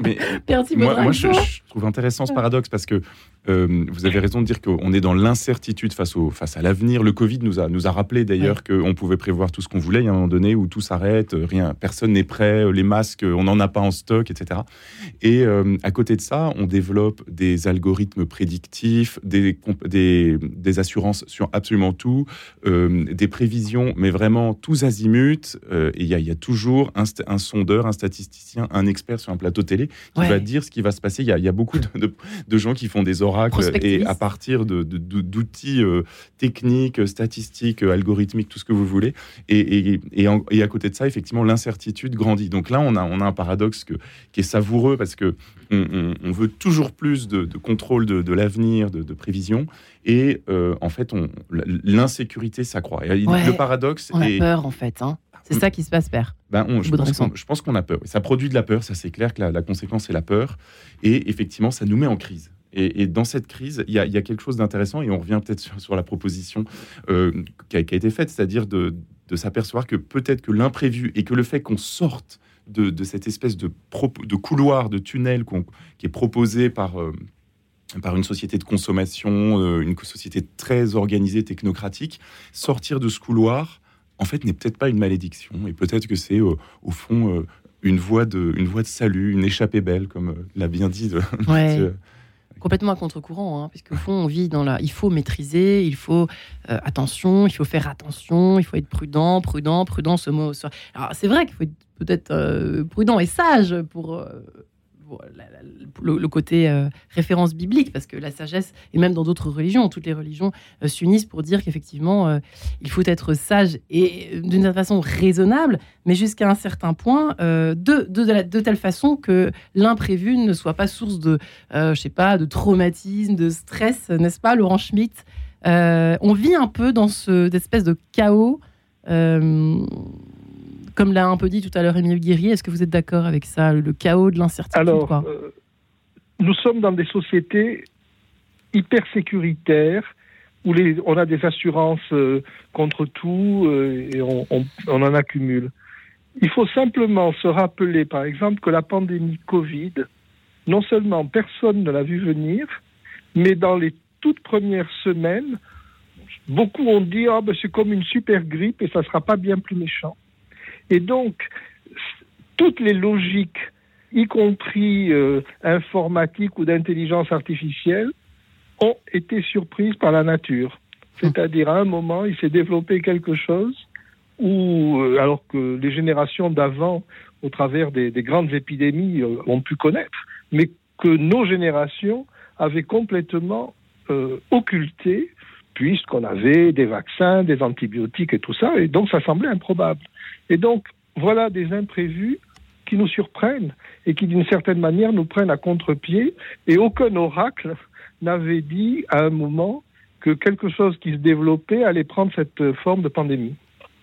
[SPEAKER 5] Mais
[SPEAKER 1] Merci,
[SPEAKER 5] moi, moi je, je trouve intéressant ce paradoxe parce que euh, vous avez raison de dire qu'on est dans l'incertitude face, au, face à l'avenir. Le Covid nous a, nous a rappelé d'ailleurs ouais. qu'on pouvait prévoir tout ce qu'on voulait. Il y a un moment donné où tout s'arrête, rien, personne n'est prêt, les masques, on n'en a pas en stock, et cetera. Et euh, à côté de ça, on développe des algorithmes prédictifs, des, des, des assurances sur absolument tout, euh, des prévisions, mais vraiment tous azimuts. Euh, et il y, y a toujours un, un sondeur, un statisticien, un expert sur un plateau télé qui ouais. va dire ce qui va se passer. Il y a, y a beaucoup de, de, de gens qui font des oracles et à partir de, de, de, d'outils euh, techniques, statistiques, algorithmiques, tout ce que vous voulez. Et, et, et, en, et à côté de ça, effectivement, l'incertitude grandit. Donc là, on a, on a un paradoxe que, qui est savoureux parce que on, on, on veut toujours plus de, de contrôle de, de l'avenir, de, de prévision. Et euh, en fait, on, l'insécurité s'accroît. Et ouais, le paradoxe
[SPEAKER 1] on
[SPEAKER 5] est...
[SPEAKER 1] a peur, en fait. Hein. C'est ça qui se passe, Père.
[SPEAKER 5] Ben on, je, pense qu'on, je pense qu'on a peur. Ça produit de la peur, ça c'est clair que la, la conséquence c'est la peur. Et effectivement, ça nous met en crise. Et, et dans cette crise, il y, y a quelque chose d'intéressant, et on revient peut-être sur, sur la proposition euh, qui, a, qui a été faite, c'est-à-dire de, de s'apercevoir que peut-être que l'imprévu et que le fait qu'on sorte de, de cette espèce de, pro, de couloir, de tunnel qu'on, qui est proposé par... Euh, par une société de consommation, euh, une société très organisée, technocratique, sortir de ce couloir, en fait, n'est peut-être pas une malédiction. Et peut-être que c'est, euh, au fond, euh, une, voie de, une voie de salut, une échappée belle, comme euh, l'a bien dit. De,
[SPEAKER 1] ouais.
[SPEAKER 5] de...
[SPEAKER 1] Complètement à contre-courant, hein, puisqu'au fond, on vit dans la... Il faut maîtriser, il faut... Euh, attention, il faut faire attention, il faut être prudent, prudent, prudent, ce mot... Alors, c'est vrai qu'il faut être peut-être euh, prudent et sage pour... Euh, La, la, le, le côté euh, référence biblique, parce que la sagesse, et même dans d'autres religions, toutes les religions euh, s'unissent pour dire qu'effectivement, euh, il faut être sage et euh, d'une façon raisonnable, mais jusqu'à un certain point, euh, de, de, de, la, de telle façon que l'imprévu ne soit pas source de, euh, je sais pas, de traumatisme, de stress, n'est-ce pas, Laurent Schmitt? euh, On vit un peu dans ce, cette espèce de chaos. Euh, Comme l'a un peu dit tout à l'heure Émile Guéry, est-ce que vous êtes d'accord avec ça, le chaos de l'incertitude?
[SPEAKER 3] Alors,
[SPEAKER 1] quoi
[SPEAKER 3] euh, nous sommes dans des sociétés hyper sécuritaires où les, on a des assurances euh, contre tout euh, et on, on, on en accumule. Il faut simplement se rappeler, par exemple, que la pandémie Covid, non seulement personne ne l'a vu venir, mais dans les toutes premières semaines, beaucoup ont dit ah, ben, c'est comme une super grippe et ça ne sera pas bien plus méchant. Et donc, toutes les logiques, y compris euh, informatiques ou d'intelligence artificielle, ont été surprises par la nature. C'est-à-dire, à un moment, il s'est développé quelque chose où, euh, alors que les générations d'avant, au travers des, des grandes épidémies, euh, ont pu connaître, mais que nos générations avaient complètement euh, occulté, puisqu'on avait des vaccins, des antibiotiques et tout ça, et donc ça semblait improbable. Et donc, voilà des imprévus qui nous surprennent et qui, d'une certaine manière, nous prennent à contre-pied. Et aucun oracle n'avait dit, à un moment, que quelque chose qui se développait allait prendre cette forme de pandémie.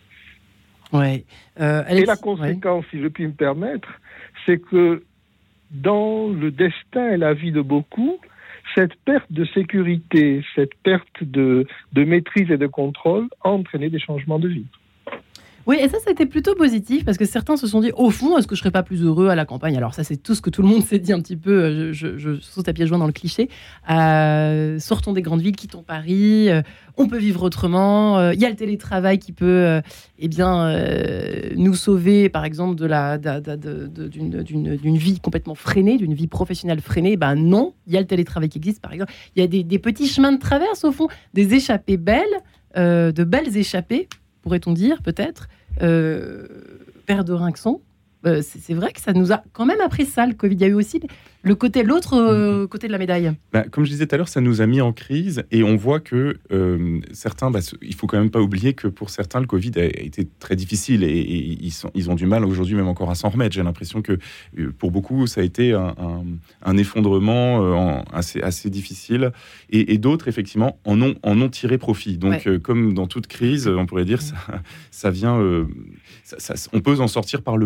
[SPEAKER 1] Ouais. Euh, Alex...
[SPEAKER 3] Et la conséquence, ouais. si je puis me permettre, c'est que dans le destin et la vie de beaucoup, cette perte de sécurité, cette perte de, de maîtrise et de contrôle a entraîné des changements de vie.
[SPEAKER 1] Oui, et ça, c'était plutôt positif, parce que certains se sont dit, au fond, est-ce que je ne serais pas plus heureux à la campagne? Alors ça, c'est tout ce que tout le monde s'est dit un petit peu, je, je, je saute à pieds joints dans le cliché. Euh, sortons des grandes villes, quittons Paris, euh, on peut vivre autrement, il euh, y a le télétravail qui peut euh, eh bien, euh, nous sauver, par exemple, de la, de, de, de, de, d'une, d'une, d'une vie complètement freinée, d'une vie professionnelle freinée. Ben non, il y a le télétravail qui existe, par exemple. Il y a des, des petits chemins de traverse, au fond, des échappées belles, euh, de belles échappées, pourrait-on dire, peut-être. Euh, Père de Rinxon, euh, c'est, c'est vrai que ça nous a quand même appris ça, le Covid. Il y a eu aussi le côté, l'autre euh, côté de la médaille.
[SPEAKER 5] Bah, comme je disais tout à l'heure, ça nous a mis en crise et on voit que euh, certains, bah, il faut quand même pas oublier que pour certains, le Covid a été très difficile et, et ils, sont, ils ont du mal aujourd'hui même encore à s'en remettre. J'ai l'impression que euh, pour beaucoup, ça a été un, un, un effondrement euh, en, assez, assez difficile et, et d'autres, effectivement, en ont, en ont tiré profit. Donc, ouais. euh, comme dans toute crise, on pourrait dire, ça, ça vient... Euh, ça, ça, on peut en sortir par le haut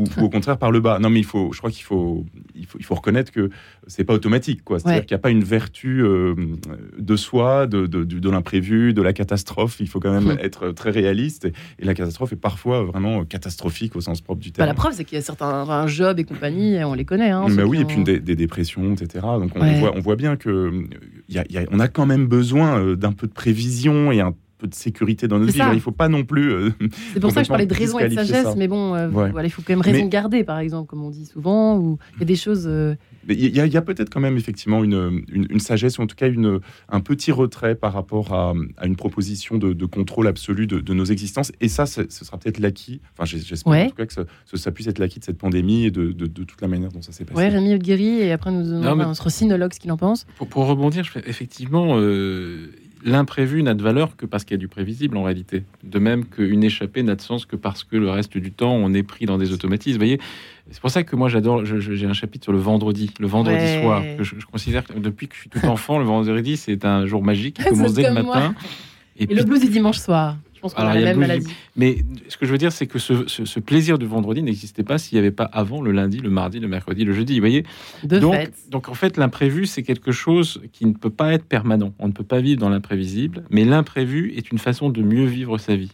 [SPEAKER 5] ou, ou au contraire par le bas. Non, mais il faut, je crois qu'il faut, il faut, il faut reconnaître que c'est pas automatique, quoi. C'est-à-dire
[SPEAKER 1] Ouais.
[SPEAKER 5] qu'il n'y a pas une vertu euh, de soi, de, de, de, de l'imprévu, de la catastrophe. Il faut quand même
[SPEAKER 1] Mmh.
[SPEAKER 5] être très réaliste. Et, et la catastrophe est parfois vraiment catastrophique au sens propre du
[SPEAKER 1] Bah,
[SPEAKER 5] terme.
[SPEAKER 1] la preuve, c'est qu'il y a certains un job et compagnie, on les connaît. Hein,
[SPEAKER 5] Bah
[SPEAKER 1] ceux
[SPEAKER 5] oui,
[SPEAKER 1] qui
[SPEAKER 5] et puis
[SPEAKER 1] ont-
[SPEAKER 5] des, des dépressions, et cetera. Donc on,
[SPEAKER 1] Ouais.
[SPEAKER 5] voit, on voit bien que euh, y a, y a, on a quand même besoin euh, d'un peu de prévision et un peu de sécurité dans notre
[SPEAKER 1] C'est
[SPEAKER 5] vie.
[SPEAKER 1] ça.
[SPEAKER 5] Il ne faut pas non plus. euh,
[SPEAKER 1] C'est pour ça que je parlais de
[SPEAKER 5] complètement
[SPEAKER 1] raison et de
[SPEAKER 5] disqualifier
[SPEAKER 1] sagesse,
[SPEAKER 5] ça.
[SPEAKER 1] mais bon, euh,
[SPEAKER 5] Ouais.
[SPEAKER 1] voilà, il faut quand même raison
[SPEAKER 5] Mais-
[SPEAKER 1] garder, par exemple, comme on dit souvent, ou il y a des choses. euh,
[SPEAKER 5] Mais Il y a, il y a peut-être quand même effectivement une, une, une sagesse, ou en tout cas une, un petit retrait par rapport à, à une proposition de, de contrôle absolu de, de nos existences. Et ça, ce ce sera peut-être l'acquis, enfin j'ai- j'espère
[SPEAKER 1] Ouais.
[SPEAKER 5] en tout cas que ça, que ça puisse être l'acquis de cette pandémie et de, de, de toute la manière dont ça s'est passé.
[SPEAKER 1] Ouais, Rémi Guéry, et après nous
[SPEAKER 2] Non,
[SPEAKER 1] demandons
[SPEAKER 2] mais-
[SPEAKER 1] à notre sinologue ce qu'il en pense.
[SPEAKER 2] Pour, pour rebondir, je fais- effectivement, euh, l'imprévu n'a de valeur que parce qu'il y a du prévisible en réalité. De même qu'une échappée n'a de sens que parce que le reste du temps, on est pris dans des automatismes. Vous voyez, c'est pour ça que moi j'adore, je- je- j'ai un chapitre sur le vendredi, le vendredi
[SPEAKER 1] Ouais.
[SPEAKER 2] soir, que je, je considère que depuis que je suis tout enfant, le vendredi c'est un jour magique qui
[SPEAKER 1] C'est
[SPEAKER 2] commence dès le
[SPEAKER 1] comme moi.
[SPEAKER 2] matin.
[SPEAKER 1] Et le blues du dimanche soir. Je pense qu'on
[SPEAKER 2] Alors,
[SPEAKER 1] a
[SPEAKER 2] il y
[SPEAKER 1] la
[SPEAKER 2] a le
[SPEAKER 1] même
[SPEAKER 2] blues du-
[SPEAKER 1] maladie.
[SPEAKER 2] Mais ce que je veux dire, c'est que ce, ce- ce plaisir du vendredi n'existait pas s'il n'y avait pas avant le lundi, le mardi, le mercredi, le jeudi. Vous voyez,
[SPEAKER 1] De
[SPEAKER 2] donc,
[SPEAKER 1] fait.
[SPEAKER 2] donc en fait, l'imprévu, c'est quelque chose qui ne peut pas être permanent. On ne peut pas vivre dans l'imprévisible, mais l'imprévu est une façon de mieux vivre sa vie.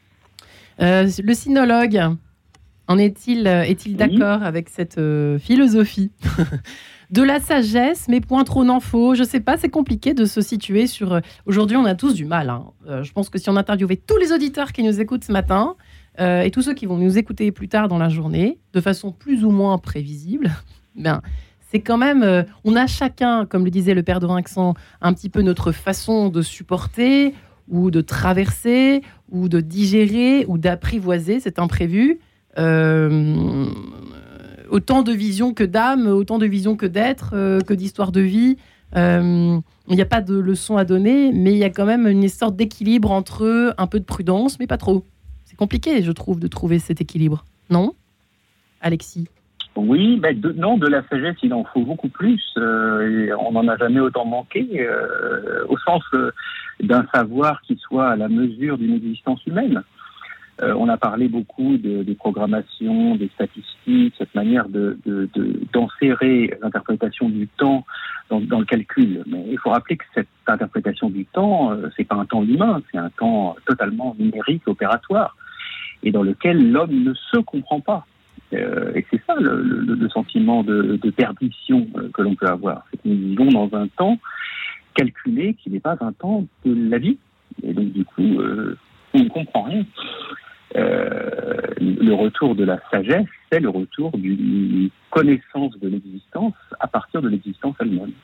[SPEAKER 1] Euh, le sinologue, en est-il euh, est-il
[SPEAKER 4] Oui.
[SPEAKER 1] d'accord avec cette euh, philosophie de la sagesse, mais point trop n'en faut? Je sais pas, c'est compliqué de se situer sur. euh, Aujourd'hui, on a tous du mal. hein. Euh, je pense que si on interviewait tous les auditeurs qui nous écoutent ce matin euh, et tous ceux qui vont nous écouter plus tard dans la journée, de façon plus ou moins prévisible, ben. C'est quand même, euh, on a chacun, comme le disait le père de Rinxan, un petit peu notre façon de supporter ou de traverser ou de digérer ou d'apprivoiser cet imprévu. Euh, autant de vision que d'âme, autant de vision que d'être, euh, que d'histoire de vie. Euh, Il n'y a pas de leçon à donner, mais il y a quand même une sorte d'équilibre entre un peu de prudence, mais pas trop. C'est compliqué, je trouve, de trouver cet équilibre. Non, Alexis?
[SPEAKER 4] Oui, ben de, non, de la sagesse, il en faut beaucoup plus. Euh, et on n'en a jamais autant manqué, euh, au sens euh, d'un savoir qui soit à la mesure d'une existence humaine. Euh, on a parlé beaucoup de, des programmations, des statistiques, cette manière de, de, de, d'enserrer l'interprétation du temps dans, dans le calcul. Mais il faut rappeler que cette interprétation du temps, euh, c'est pas un temps humain, c'est un temps totalement numérique, opératoire, et dans lequel l'homme ne se comprend pas. Euh, et c'est ça le, le, le sentiment de, de perdition euh, que l'on peut avoir. C'est que nous vivons dans un temps calculé qui n'est pas un temps de la vie. Et donc, du coup, euh, on ne comprend rien. Euh, le retour de la sagesse, c'est le retour d'une connaissance de l'existence à partir de l'existence elle-même.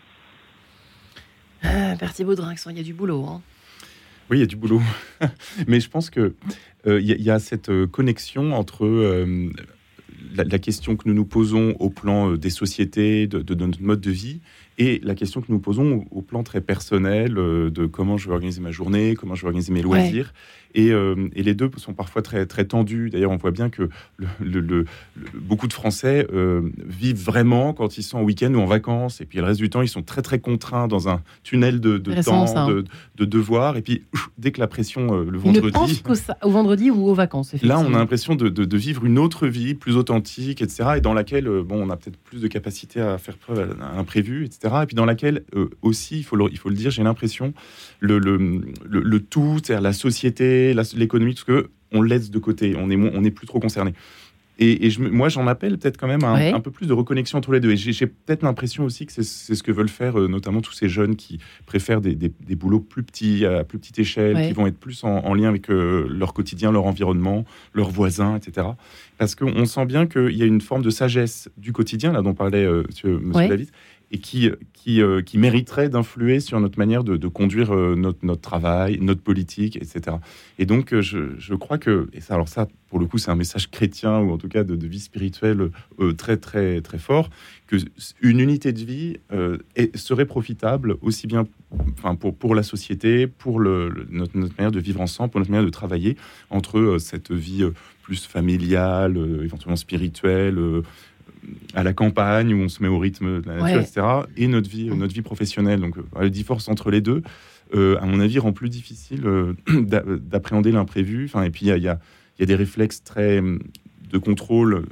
[SPEAKER 1] Ah, Berthier Baudrin, il y a du boulot. Hein.
[SPEAKER 5] Oui, il y a du boulot. Mais je pense qu'il euh, y, y a cette euh, connexion entre euh, la, la question que nous nous posons au plan euh, des sociétés, de, de, de notre mode de vie, et la question que nous nous posons au, au plan très personnel euh, de comment je vais organiser ma journée, comment je vais organiser mes loisirs. Ouais. Et, euh, et les deux sont parfois très, très tendus. D'ailleurs, on voit bien que le, le, le, le, beaucoup de Français euh, vivent vraiment quand ils sont en week-end ou en vacances. Et puis, le reste du temps, ils sont très, très contraints dans un tunnel de, de temps, ça, hein. de, de devoirs. Et puis, dès que la pression, euh, le vendredi...
[SPEAKER 1] Ils ne pensent qu'au au vendredi ou aux vacances,
[SPEAKER 5] là, on a l'impression de, de, de vivre une autre vie, plus authentique, et cetera. Et dans laquelle, euh, bon, on a peut-être plus de capacité à faire preuve à l'imprévu, et cetera. Et puis, dans laquelle, euh, aussi, il faut, le, il faut le dire, j'ai l'impression, le, le, le, le tout, c'est-à-dire la société, La, l'économie, tout ce que on laisse de côté, on est on n'est plus trop concerné. Et, et je, moi, j'en appelle peut-être quand même à un, ouais. un peu plus de reconnexion entre les deux. Et j'ai, j'ai peut-être l'impression aussi que c'est, c'est ce que veulent faire, euh, notamment tous ces jeunes qui préfèrent des, des, des boulots plus petits, à plus petite échelle, ouais. qui vont être plus en, en lien avec euh, leur quotidien, leur environnement, leurs voisins, et cetera. Parce qu'on sent bien qu'il y a une forme de sagesse du quotidien, là dont parlait euh, monsieur, monsieur ouais. David, et qui, qui, euh, qui mériterait d'influer sur notre manière de, de conduire euh, notre, notre travail, notre politique, et cetera. Et donc, euh, je, je crois que, et ça, alors ça, pour le coup, c'est un message chrétien, ou en tout cas de, de vie spirituelle euh, très, très, très fort, qu'une unité de vie euh, est, serait profitable aussi bien enfin, pour, pour la société, pour le, le, notre, notre manière de vivre ensemble, pour notre manière de travailler, entre euh, cette vie euh, plus familiale, euh, éventuellement spirituelle, euh, à la campagne où on se met au rythme de la nature, ouais. et cetera, et notre vie, notre vie professionnelle. Donc, le divorce entre les deux, euh, à mon avis, rend plus difficile euh, d'appréhender l'imprévu. Enfin, et puis, il y a, y, a, y a des réflexes très de contrôle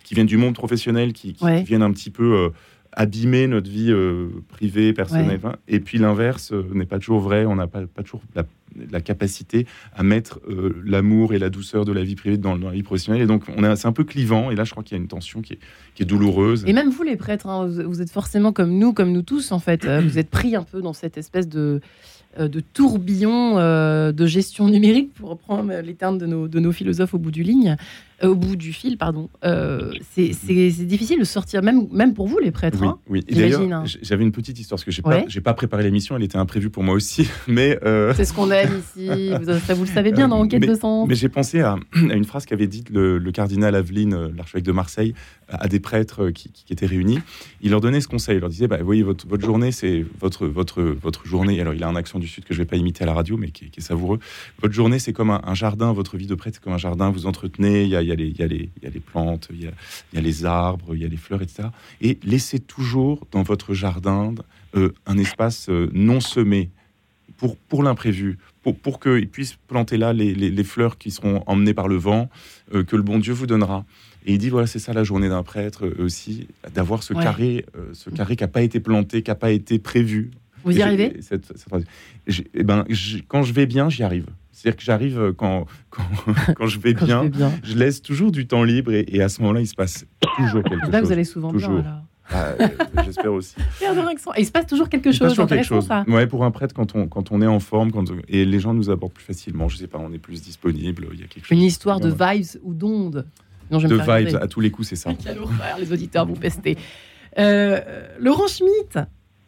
[SPEAKER 5] qui viennent du monde professionnel, qui, qui
[SPEAKER 1] Ouais.
[SPEAKER 5] viennent un petit peu euh, abîmer notre vie euh, privée, personnelle.
[SPEAKER 1] Ouais.
[SPEAKER 5] Hein. Et puis l'inverse euh, n'est pas toujours vrai. On n'a pas, pas toujours la, la capacité à mettre euh, l'amour et la douceur de la vie privée dans, dans la vie professionnelle. Et donc, on a, c'est un peu clivant. Et là, je crois qu'il y a une tension qui est, qui est douloureuse.
[SPEAKER 1] Et même vous, les prêtres, hein, vous, vous êtes forcément comme nous, comme nous tous, en fait. Euh, vous êtes pris un peu dans cette espèce de, euh, de tourbillon euh, de gestion numérique, pour reprendre les termes de nos, de nos philosophes au bout du ligne, euh, au bout du fil, pardon. Euh, c'est, c'est, c'est difficile de sortir, même, même pour vous, les prêtres.
[SPEAKER 5] Oui,
[SPEAKER 1] hein,
[SPEAKER 5] oui. Et
[SPEAKER 1] j'imagine,
[SPEAKER 5] d'ailleurs,
[SPEAKER 1] hein.
[SPEAKER 5] j- j'avais une petite histoire parce que j'ai
[SPEAKER 1] Ouais.
[SPEAKER 5] pas, j'ai pas préparé l'émission. Elle était imprévue pour moi aussi, mais euh,
[SPEAKER 1] C'est ce qu'on aime ici. Vous, ça, vous le savez bien dans
[SPEAKER 5] Euh,
[SPEAKER 1] Enquête
[SPEAKER 5] mais-
[SPEAKER 1] de sens.
[SPEAKER 5] Mais j'ai pensé à, à une phrase qu'avait dite le, le cardinal Aveline, euh, l'archevêque de Marseille, à, à des prêtres euh, qui, qui étaient réunis. Il leur donnait ce conseil. Il leur disait, bah, vous voyez, votre, votre journée, c'est votre, votre, votre journée. Alors, il a un accent du Sud que je vais pas imiter à la radio, mais qui, est- qui est savoureux. Votre journée, c'est comme un, un jardin. Votre vie de prêtre, c'est comme un jardin. Vous entretenez. Il y a, il y a, les, il y a, les, il y a les plantes, il y a, il y a les arbres, il y a les fleurs, et cetera. Et laissez toujours dans votre jardin euh, un espace euh, non semé pour, pour l'imprévu, pour, pour qu'ils puissent planter là les, les, les fleurs qui seront emmenées par le vent, euh, que le bon Dieu vous donnera. Et il dit, voilà, c'est ça la journée d'un prêtre euh, aussi, d'avoir ce
[SPEAKER 1] Ouais.
[SPEAKER 5] carré, euh, ce carré qui n'a pas été planté, qui n'a pas été prévu.
[SPEAKER 1] Vous y
[SPEAKER 5] Et j'ai-
[SPEAKER 1] arrivez
[SPEAKER 5] et cette- cette phrase. J'ai- eh ben, j'ai- Quand je vais bien, j'y arrive. C'est-à-dire que j'arrive quand, quand, quand je vais
[SPEAKER 1] Quand je
[SPEAKER 5] bien,
[SPEAKER 1] vais bien.
[SPEAKER 5] je laisse toujours du temps libre et, et à ce moment-là, il se passe toujours quelque
[SPEAKER 1] J'espère que
[SPEAKER 5] chose.
[SPEAKER 1] vous allez souvent
[SPEAKER 5] toujours.
[SPEAKER 1] bien, alors.
[SPEAKER 5] Ah, euh, J'espère aussi.
[SPEAKER 1] Faire de l'accent. Et il se passe toujours quelque
[SPEAKER 5] Il se passe
[SPEAKER 1] chose.
[SPEAKER 5] toujours quelque
[SPEAKER 1] Intéressant,
[SPEAKER 5] chose.
[SPEAKER 1] ça.
[SPEAKER 5] Ouais, pour un prêtre, quand on, quand on est en forme, quand, et les gens nous abordent plus facilement, je sais pas, on est plus disponible, il y a quelque chose.
[SPEAKER 1] Une histoire de
[SPEAKER 5] Ouais.
[SPEAKER 1] vibes ou d'ondes. Non, je vais
[SPEAKER 5] De
[SPEAKER 1] me faire
[SPEAKER 5] vibes,
[SPEAKER 1] gronder.
[SPEAKER 5] à tous les coups, c'est ça.
[SPEAKER 1] Quelle horreur, les auditeurs vont pester. Euh, Laurent Schmitt,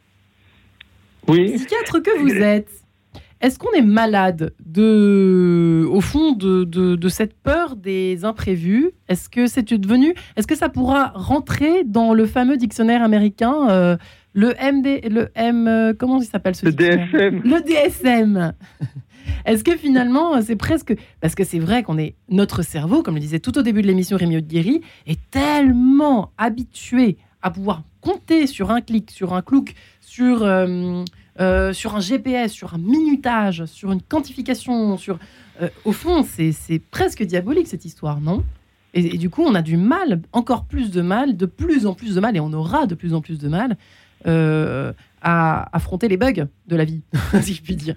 [SPEAKER 3] Oui.
[SPEAKER 1] psychiatre que vous êtes, est-ce qu'on est malade de, au fond de, de, de cette peur des imprévus? Est-ce que c'est devenu, est-ce que ça pourra rentrer dans le fameux dictionnaire américain, euh, le M D, le M, euh, comment il s'appelle ce
[SPEAKER 3] Le D
[SPEAKER 1] dictionnaire
[SPEAKER 3] S M.
[SPEAKER 1] Le D S M. Est-ce que finalement, c'est presque... Parce que c'est vrai qu'on est... Notre cerveau, comme le disait tout au début de l'émission Rémi Aude-Guéry, est tellement habitué à pouvoir compter sur un clic, sur un clouc, sur, euh, euh, sur un G P S, sur un minutage, sur une quantification, sur... euh, au fond, c'est, c'est presque diabolique, cette histoire, non ? et, et du coup, on a du mal, encore plus de mal, de plus en plus de mal, et on aura de plus en plus de mal euh, à affronter les bugs de la vie, si je puis dire.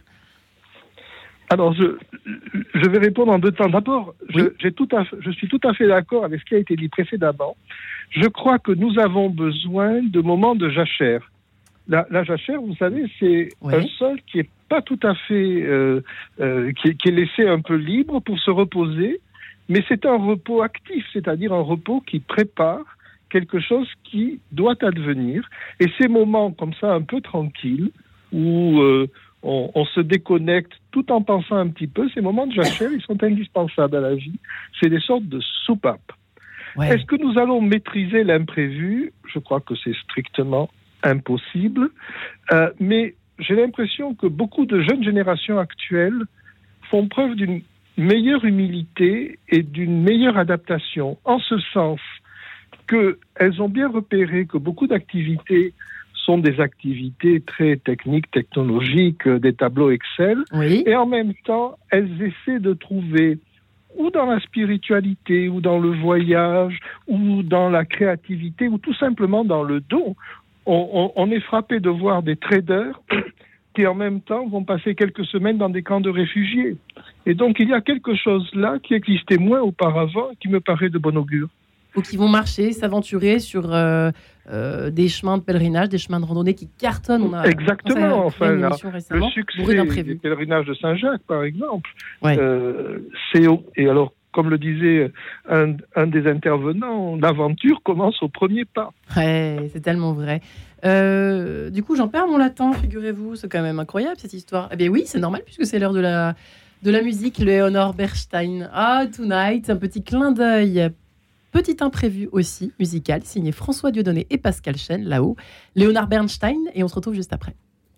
[SPEAKER 3] Alors, je, je vais répondre en deux temps. D'abord, je,
[SPEAKER 1] Oui.
[SPEAKER 3] j'ai tout à, fait- je suis tout à fait d'accord avec ce qui a été dit précédemment. Je crois que nous avons besoin de moments de jachère. La, la jachère, vous savez, c'est
[SPEAKER 1] Oui.
[SPEAKER 3] un sol qui est pas tout à fait, euh, euh, qui, est, qui est laissé un peu libre pour se reposer, mais c'est un repos actif, c'est-à-dire un repos qui prépare quelque chose qui doit advenir. Et ces moments comme ça, un peu tranquilles, où euh, on, on se déconnecte tout en pensant un petit peu, ces moments de jachère, ils sont indispensables à la vie. C'est des sortes de soupapes.
[SPEAKER 1] Ouais.
[SPEAKER 3] Est-ce que nous allons maîtriser l'imprévu? Je crois que c'est strictement impossible. Euh, mais j'ai l'impression que beaucoup de jeunes générations actuelles font preuve d'une meilleure humilité et d'une meilleure adaptation, en ce sens qu'elles ont bien repéré que beaucoup d'activités sont des activités très techniques, technologiques, euh, des tableaux Excel,
[SPEAKER 1] Oui.
[SPEAKER 3] et en même temps, elles essaient de trouver, ou dans la spiritualité, ou dans le voyage, ou dans la créativité, ou tout simplement dans le don. On, on, on est frappé de voir des traders qui, en même temps, vont passer quelques semaines dans des camps de réfugiés. Et donc, il y a quelque chose là qui existait moins auparavant, qui me paraît de bon augure.
[SPEAKER 1] Ou qui vont marcher, s'aventurer sur euh, euh, des chemins de pèlerinage, des chemins de randonnée qui cartonnent. On a
[SPEAKER 3] Exactement,
[SPEAKER 1] on
[SPEAKER 3] enfin,
[SPEAKER 1] une
[SPEAKER 3] là,
[SPEAKER 1] émission
[SPEAKER 3] Le
[SPEAKER 1] récemment, bourrée
[SPEAKER 3] succès
[SPEAKER 1] d'imprévus.
[SPEAKER 3] du pèlerinage de Saint-Jacques, par exemple,
[SPEAKER 1] Ouais.
[SPEAKER 3] euh, c'est au- et alors, comme le disait un, un des intervenants, l'aventure commence au premier pas.
[SPEAKER 1] Ouais, c'est tellement vrai. Euh, du coup, j'en perds mon latin, figurez-vous. C'est quand même incroyable, cette histoire. Eh bien oui, c'est normal, puisque c'est l'heure de la, de la musique. Léonore Bernstein. Ah, Tonight, un petit clin d'œil. Petit imprévu aussi, musical, signé François Dieudonné et Pascal Chen, là-haut. Léonard Bernstein, et on se retrouve juste après.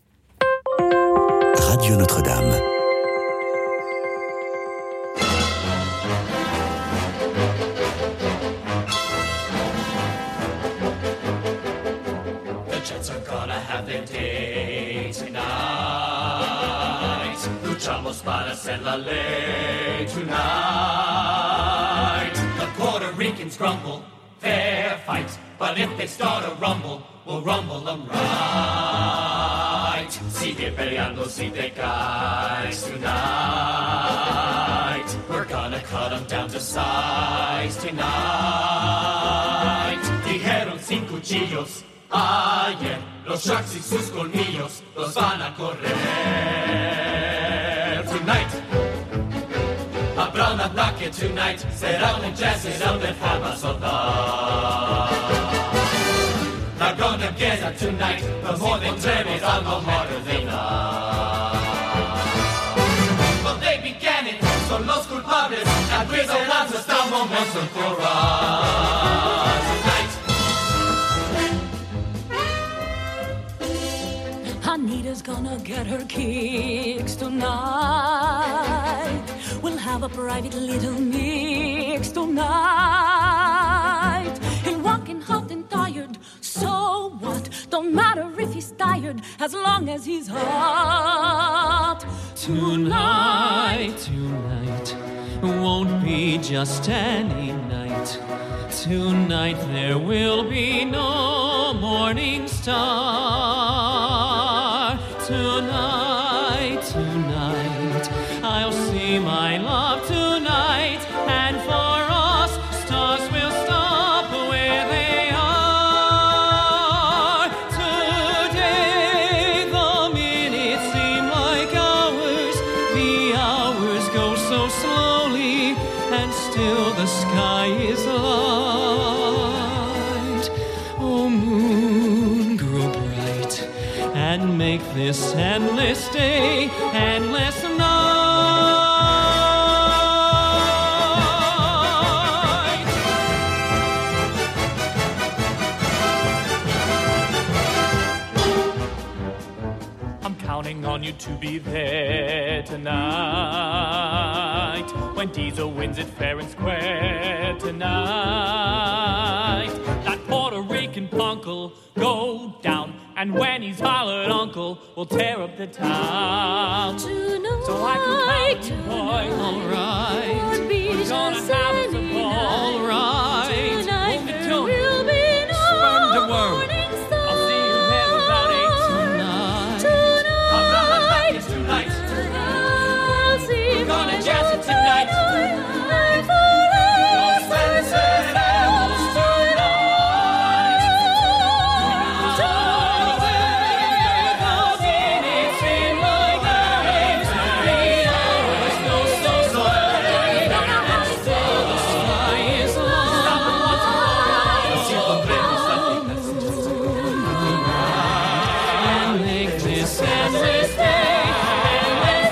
[SPEAKER 9] Radio Notre-Dame.
[SPEAKER 10] The Jets are gonna have their day tonight. Luchamos para hacer la ley tonight. The Puerto Ricans grumble, fair fight. But if they start a rumble, we'll rumble them right. Sigue peleando si te caes tonight. We're gonna cut them down to size tonight. Dijeron sin cuchillos ayer, los sharks y sus colmillos los van a correr. Tonight, habrá un ataque tonight. Será un ejército de fama soltar. La gran empieza tonight. The more they dream it, the harder they lie. Well, they began it, son los culpables. And we're the ones that start momentum for us tonight.
[SPEAKER 11] Anita's gonna get her kicks tonight. We'll have a private little mix tonight. He'll walk in hot and tired, so what? Don't matter if he's tired, as long as he's hot.
[SPEAKER 12] Tonight, tonight, won't be just any night. Tonight there will be no morning star. Tonight, tonight, I'll see my love tonight. And for us, stars will stop where they are. Today, the minutes seem like hours. The hours go so slowly, and still the sky is light. Oh, moon, grow bright and make this endless day endless night.
[SPEAKER 13] I'm counting on you to be there tonight. When Diesel wins it fair and square tonight. That Puerto Rican punk'll go down. And when he's hollered uncle, we'll tear up the town.
[SPEAKER 11] Tonight,
[SPEAKER 13] so I can count you, boy.
[SPEAKER 12] All right,
[SPEAKER 11] won't be
[SPEAKER 13] we're gonna
[SPEAKER 11] just
[SPEAKER 13] have
[SPEAKER 11] any
[SPEAKER 13] some ball.
[SPEAKER 12] all right.
[SPEAKER 11] Tonight
[SPEAKER 13] Hold it
[SPEAKER 11] there
[SPEAKER 13] till
[SPEAKER 11] will be no
[SPEAKER 12] sperm to worm.
[SPEAKER 11] morning star.
[SPEAKER 13] I'll see you there about eight
[SPEAKER 12] Tonight,
[SPEAKER 11] Tonight,
[SPEAKER 10] Tonight,
[SPEAKER 11] I'll see
[SPEAKER 10] we're gonna
[SPEAKER 11] my
[SPEAKER 10] jazz it
[SPEAKER 11] love
[SPEAKER 10] tonight.
[SPEAKER 11] tonight for us.
[SPEAKER 10] Sunset apples
[SPEAKER 12] and make this endless day endless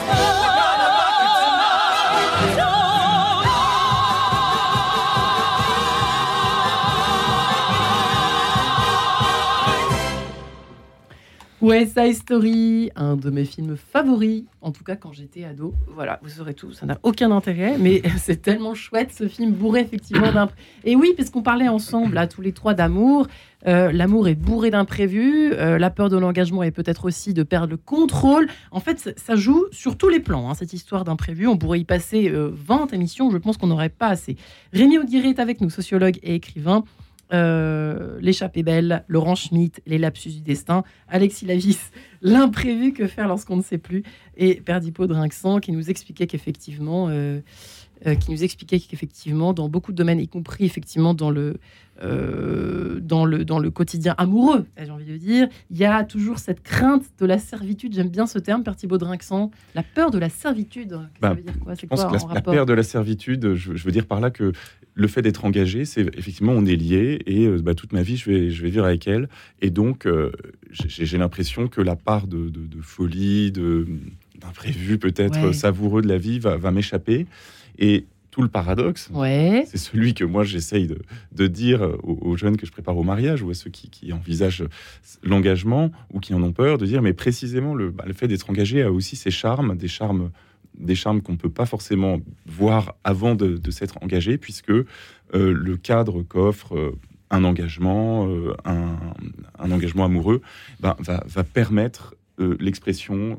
[SPEAKER 1] West Side Story, un de mes films favoris, en tout cas quand j'étais ado. Voilà, vous saurez tout, ça n'a aucun intérêt, mais c'est tellement chouette ce film, bourré effectivement d'un... Et oui, parce qu'on parlait ensemble, là, tous les trois d'amour, euh, l'amour est bourré d'imprévus, euh, la peur de l'engagement est peut-être aussi de perdre le contrôle. En fait, ça, ça joue sur tous les plans, hein, cette histoire d'imprévu. On pourrait y passer euh, vingt émissions, je pense qu'on n'aurait pas assez. Rémi Audiret est avec nous, sociologue et écrivain. Euh, L'échappée belle, Laurent Schmitt, les lapsus du destin, Alexis Lavis, l'imprévu, que faire lorsqu'on ne sait plus, et Perdipo Drinxan qui nous expliquait qu'effectivement, euh, euh, qui nous expliquait qu'effectivement, dans beaucoup de domaines, y compris effectivement dans le euh, dans le dans le quotidien amoureux, j'ai envie de dire, il y a toujours cette crainte de la servitude. J'aime bien ce terme, Perdipo Drinxan, la peur de la servitude.
[SPEAKER 5] Bah,
[SPEAKER 1] ça veut dire quoi? C'est
[SPEAKER 5] je pense
[SPEAKER 1] quoi
[SPEAKER 5] que
[SPEAKER 1] en
[SPEAKER 5] la, la
[SPEAKER 1] rapport
[SPEAKER 5] peur de la servitude, je, je veux dire par là que le fait d'être engagé, c'est effectivement on est lié et euh, bah, toute ma vie je vais je vais vivre avec elle, et donc euh, j'ai, j'ai l'impression que la part de, de, de folie, de d'imprévu peut-être
[SPEAKER 1] Ouais.
[SPEAKER 5] savoureux de la vie va, va m'échapper. Et tout le paradoxe,
[SPEAKER 1] Ouais.
[SPEAKER 5] c'est celui que moi j'essaye de, de dire aux, aux jeunes que je prépare au mariage, ou à ceux qui, qui envisagent l'engagement ou qui en ont peur, de dire mais précisément le, bah, le fait d'être engagé a aussi ses charmes, des charmes des charmes qu'on ne peut pas forcément voir avant de, de s'être engagé, puisque euh, le cadre qu'offre euh, un engagement, euh, un, un engagement amoureux, ben, va, va permettre euh, l'expression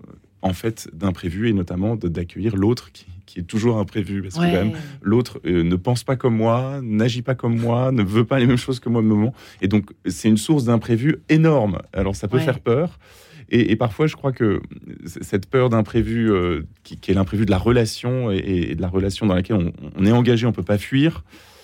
[SPEAKER 5] en fait d'imprévu et notamment de, d'accueillir l'autre qui, qui est toujours imprévu parce
[SPEAKER 1] Ouais.
[SPEAKER 5] que quand même l'autre euh, ne pense pas comme moi, n'agit pas comme moi, ne veut pas les mêmes choses que moi au moment. Et donc c'est une source d'imprévu énorme. Alors ça peut
[SPEAKER 1] Ouais.
[SPEAKER 5] faire peur. Et, et parfois, je crois que c- cette peur d'imprévu, euh, qui, qui est l'imprévu de la relation et, et de la relation dans laquelle on, on est engagé, on peut pas fuir.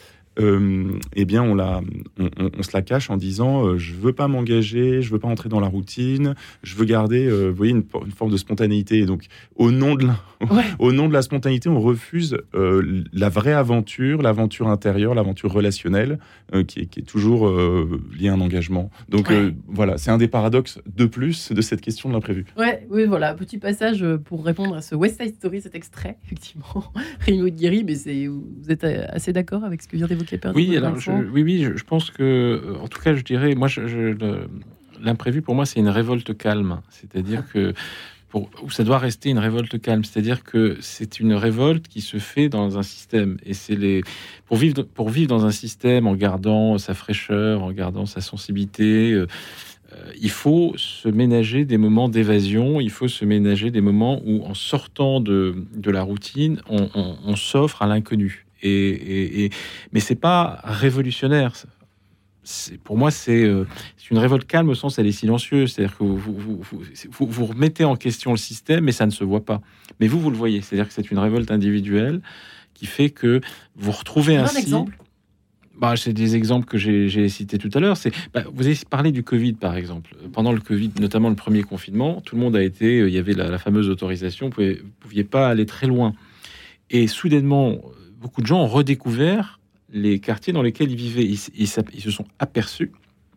[SPEAKER 5] Euh, eh bien, on, la, on, on, on se la cache en disant euh, je veux pas m'engager, je veux pas entrer dans la routine, je veux garder, euh, vous voyez, une, une forme de spontanéité. Et donc, au nom de la,
[SPEAKER 1] Ouais.
[SPEAKER 5] au nom de la spontanéité, on refuse euh, la vraie aventure, l'aventure intérieure, l'aventure relationnelle, euh, qui, est, qui est toujours euh, liée à un engagement. Donc,
[SPEAKER 1] Ouais.
[SPEAKER 5] euh, voilà, c'est un des paradoxes de plus de cette question de l'imprévu.
[SPEAKER 1] Ouais, oui, voilà, petit passage euh, pour répondre à ce West Side Story, cet extrait, effectivement. Rémi Aude-Guéry, mais c'est, vous êtes euh, assez d'accord avec ce que vient d'évoquer Père
[SPEAKER 2] Oui,
[SPEAKER 1] Nicolas
[SPEAKER 2] alors je,
[SPEAKER 1] Vincent
[SPEAKER 2] oui, oui, je, je pense que, euh, en tout cas, je dirais, moi, je, je, le- l'imprévu pour moi, c'est une révolte calme, c'est-à-dire que pour, ou ça doit rester une révolte calme, c'est-à-dire que c'est une révolte qui se fait dans un système, et c'est les pour vivre pour vivre dans un système en gardant sa fraîcheur, en gardant sa sensibilité. Euh, euh, il faut se ménager des moments d'évasion, il faut se ménager des moments où, en sortant de, de la routine, on, on, on s'offre à l'inconnu. Et, et, et, mais c'est pas révolutionnaire. C'est, pour moi, c'est, euh, c'est une révolte calme au sens elle est silencieuse. C'est-à-dire que vous, vous, vous, vous, vous remettez en question le système, mais ça ne se voit pas. Mais vous, vous le voyez. C'est-à-dire que c'est une révolte individuelle qui fait que vous retrouvez
[SPEAKER 1] Un
[SPEAKER 2] ainsi...
[SPEAKER 1] exemple
[SPEAKER 2] Bah, c'est des exemples que j'ai, j'ai cités tout à l'heure. C'est, bah, vous avez parlé du Covid, par exemple. Pendant le Covid, notamment le premier confinement, tout le monde a été... Il y avait la, la fameuse autorisation. Vous ne pouviez pas aller très loin. Et soudainement, beaucoup de gens ont redécouvert les quartiers dans lesquels ils vivaient. Ils, ils, ils se sont aperçus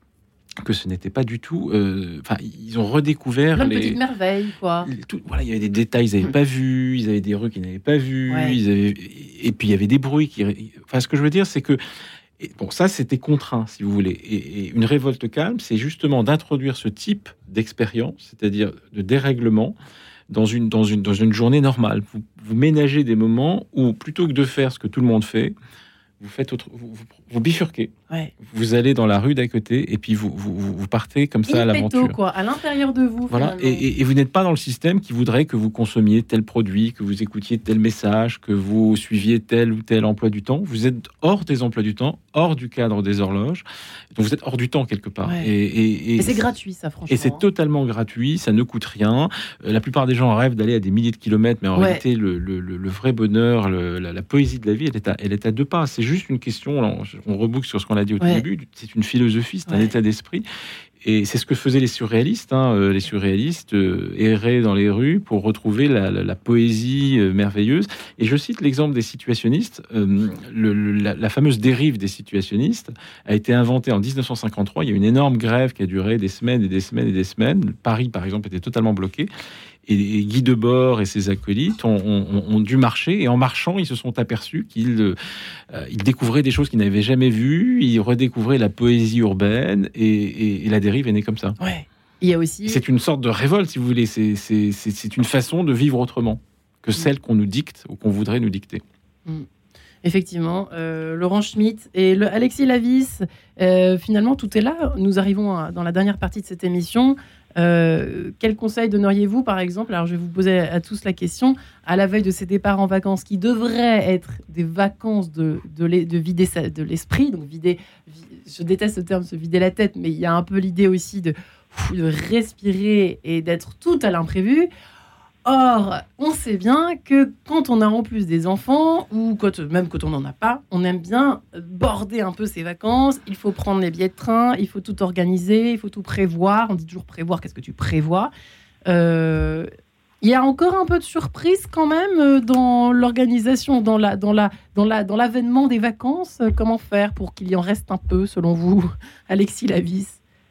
[SPEAKER 2] que ce n'était pas du tout... Enfin, euh, ils ont redécouvert
[SPEAKER 1] Plein de
[SPEAKER 2] les...
[SPEAKER 1] petites merveilles, quoi.
[SPEAKER 2] Les, tout, voilà, il y avait des détails qu'ils n'avaient pas vus, ils avaient des rues qu'ils n'avaient pas vues,
[SPEAKER 1] Ouais.
[SPEAKER 2] ils avaient, et puis il y avait des bruits qui... Enfin, ce que je veux dire, c'est que... Et bon, ça, c'était contraint, si vous voulez. Et, et une révolte calme, c'est justement d'introduire ce type d'expérience, c'est-à-dire de dérèglement, dans une, dans une, dans une journée normale. Vous, vous ménagez des moments où, plutôt que de faire ce que tout le monde fait, vous faites autre, vous, vous, vous bifurquez.
[SPEAKER 1] Ouais.
[SPEAKER 2] Vous allez dans la rue d'à côté et puis vous, vous, vous partez comme ça à
[SPEAKER 1] In petto,
[SPEAKER 2] l'aventure.
[SPEAKER 1] quoi, à l'intérieur de vous.
[SPEAKER 2] Voilà, et,
[SPEAKER 1] finalement.
[SPEAKER 2] et, et vous n'êtes pas dans le système qui voudrait que vous consommiez tel produit, que vous écoutiez tel message, que vous suiviez tel ou tel emploi du temps. Vous êtes hors des emplois du temps, hors du cadre des horloges. Donc vous êtes hors du temps quelque part.
[SPEAKER 1] Ouais.
[SPEAKER 2] Et, et,
[SPEAKER 1] Et c'est gratuit, ça, franchement.
[SPEAKER 2] Et c'est
[SPEAKER 1] hein.
[SPEAKER 2] totalement gratuit, ça ne coûte rien. Euh, la plupart des gens rêvent d'aller à des milliers de kilomètres, mais en
[SPEAKER 1] Ouais.
[SPEAKER 2] réalité, le, le, le, le vrai bonheur, le, la, la poésie de la vie, elle est à, elle est à deux pas. C'est juste une question, là, on, on reboucle sur ce qu'on a dit au tout
[SPEAKER 1] Ouais.
[SPEAKER 2] début, c'est une philosophie, c'est un
[SPEAKER 1] Ouais.
[SPEAKER 2] état d'esprit. Et c'est ce que faisaient les surréalistes. Hein. Euh, Les surréalistes euh, erraient dans les rues pour retrouver la, la, la poésie euh, merveilleuse. Et je cite l'exemple des situationnistes. Euh, le, le, la, la fameuse dérive des situationnistes a été inventée en dix-neuf cent cinquante-trois. Il y a eu une énorme grève qui a duré des semaines et des semaines et des semaines. Paris, par exemple, était totalement bloqué. Et Guy Debord et ses acolytes ont, ont, ont dû marcher. Et en marchant, ils se sont aperçus qu'ils euh, ils découvraient des choses qu'ils n'avaient jamais vues. Ils redécouvraient la poésie urbaine. Et, et, et la dérive est née comme ça.
[SPEAKER 1] Ouais. Il y a aussi...
[SPEAKER 2] C'est une sorte de révolte, si vous voulez. C'est, c'est, c'est, c'est une façon de vivre autrement que celle qu'on nous dicte ou qu'on voudrait nous dicter.
[SPEAKER 1] Mm. Effectivement, euh, Laurent Schmitt et le Alexis Lavis, euh, finalement, tout est là. Nous arrivons à, dans la dernière partie de cette émission. Euh, quel conseil donneriez-vous, par exemple? Alors, je vais vous poser à tous la question. À la veille de ces départs en vacances, qui devraient être des vacances de, de, les, de vider sa, de l'esprit, donc vider, je déteste ce terme, se vider la tête, mais il y a un peu l'idée aussi de, de respirer et d'être tout à l'imprévu. Or, on sait bien que quand on a en plus des enfants, ou quand, même quand on n'en a pas, on aime bien border un peu ses vacances. Il faut prendre les billets de train, il faut tout organiser, il faut tout prévoir. On dit toujours prévoir, qu'est-ce que tu prévois? euh, Il y a encore un peu de surprise quand même dans l'organisation, dans, la, dans, la, dans, la, dans l'avènement des vacances. Comment faire pour qu'il y en reste un peu, selon vous, Alexis Lavis?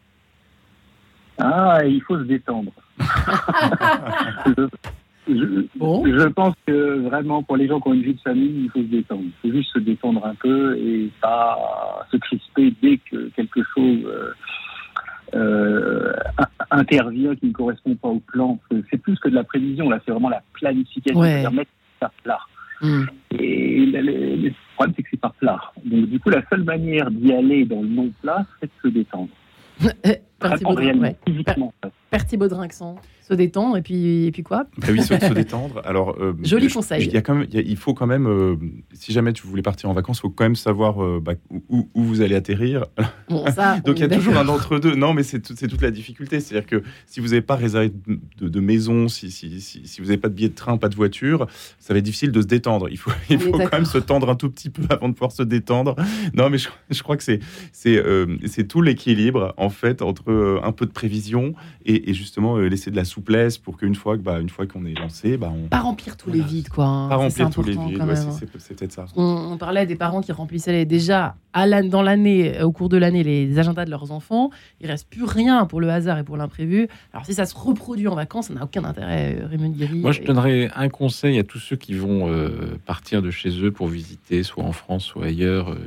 [SPEAKER 4] Ah, il faut se détendre. je, je,
[SPEAKER 1] bon.
[SPEAKER 4] je pense que vraiment, pour les gens qui ont une vie de famille, il faut se détendre. Il faut juste se détendre un peu et pas se crisper dès que quelque chose euh, euh, intervient qui ne correspond pas au plan. C'est plus que de la prévision, là, c'est vraiment la planification
[SPEAKER 1] ouais.
[SPEAKER 4] qui permet de faire plat.
[SPEAKER 1] Mmh.
[SPEAKER 4] Et le, le, le problème, c'est que c'est pas plat. Donc, du coup, la seule manière d'y aller dans le non-plat, c'est de se détendre.
[SPEAKER 1] Percy Baudrin, ouais. Per- Percy Baudrin, Se détendre et puis, et puis quoi
[SPEAKER 5] bah oui, se, se détendre. Alors, euh,
[SPEAKER 1] Joli
[SPEAKER 5] je,
[SPEAKER 1] conseil.
[SPEAKER 5] Il, y a quand même, il, y a, il faut quand même, euh, si jamais tu voulais partir en vacances, il faut quand même savoir euh, bah, où, où vous allez atterrir.
[SPEAKER 1] Bon, ça,
[SPEAKER 5] Donc il y a
[SPEAKER 1] d'accord.
[SPEAKER 5] toujours un d'entre-deux. Non, mais c'est, tout, c'est toute la difficulté. C'est-à-dire que si vous n'avez pas réservé de, de, de maison, si, si, si, si vous n'avez pas de billet de train, pas de voiture, ça va être difficile de se détendre. Il faut, il faut quand même se tendre un tout petit peu avant de pouvoir se détendre. Non, mais je, je crois que c'est, c'est, euh, c'est tout l'équilibre, en fait, entre euh, un peu de prévision et, et justement euh, laisser de la souplesse pour qu'une fois, que, bah, une fois qu'on est lancé, bah, on...
[SPEAKER 1] Pas remplir tous
[SPEAKER 5] Voilà.
[SPEAKER 1] les vides, quoi. Hein.
[SPEAKER 5] Pas
[SPEAKER 1] Ça,
[SPEAKER 5] remplir
[SPEAKER 1] c'est
[SPEAKER 5] tous les
[SPEAKER 1] important,
[SPEAKER 5] vides,
[SPEAKER 1] quand
[SPEAKER 5] ouais,
[SPEAKER 1] même.
[SPEAKER 5] c'est, c'est, c'est peut-être ça.
[SPEAKER 1] On, on parlait des parents qui remplissaient les- déjà à la- dans l'année, au cours de l'année, les agendas de leurs enfants. Il reste plus rien pour le hasard et pour l'imprévu. Alors si ça se reproduit en vacances, ça n'a aucun intérêt, euh, Raymond Guéry.
[SPEAKER 2] Moi, je donnerais un conseil à tous ceux qui vont euh, partir de chez eux pour visiter, soit en France, soit ailleurs, euh,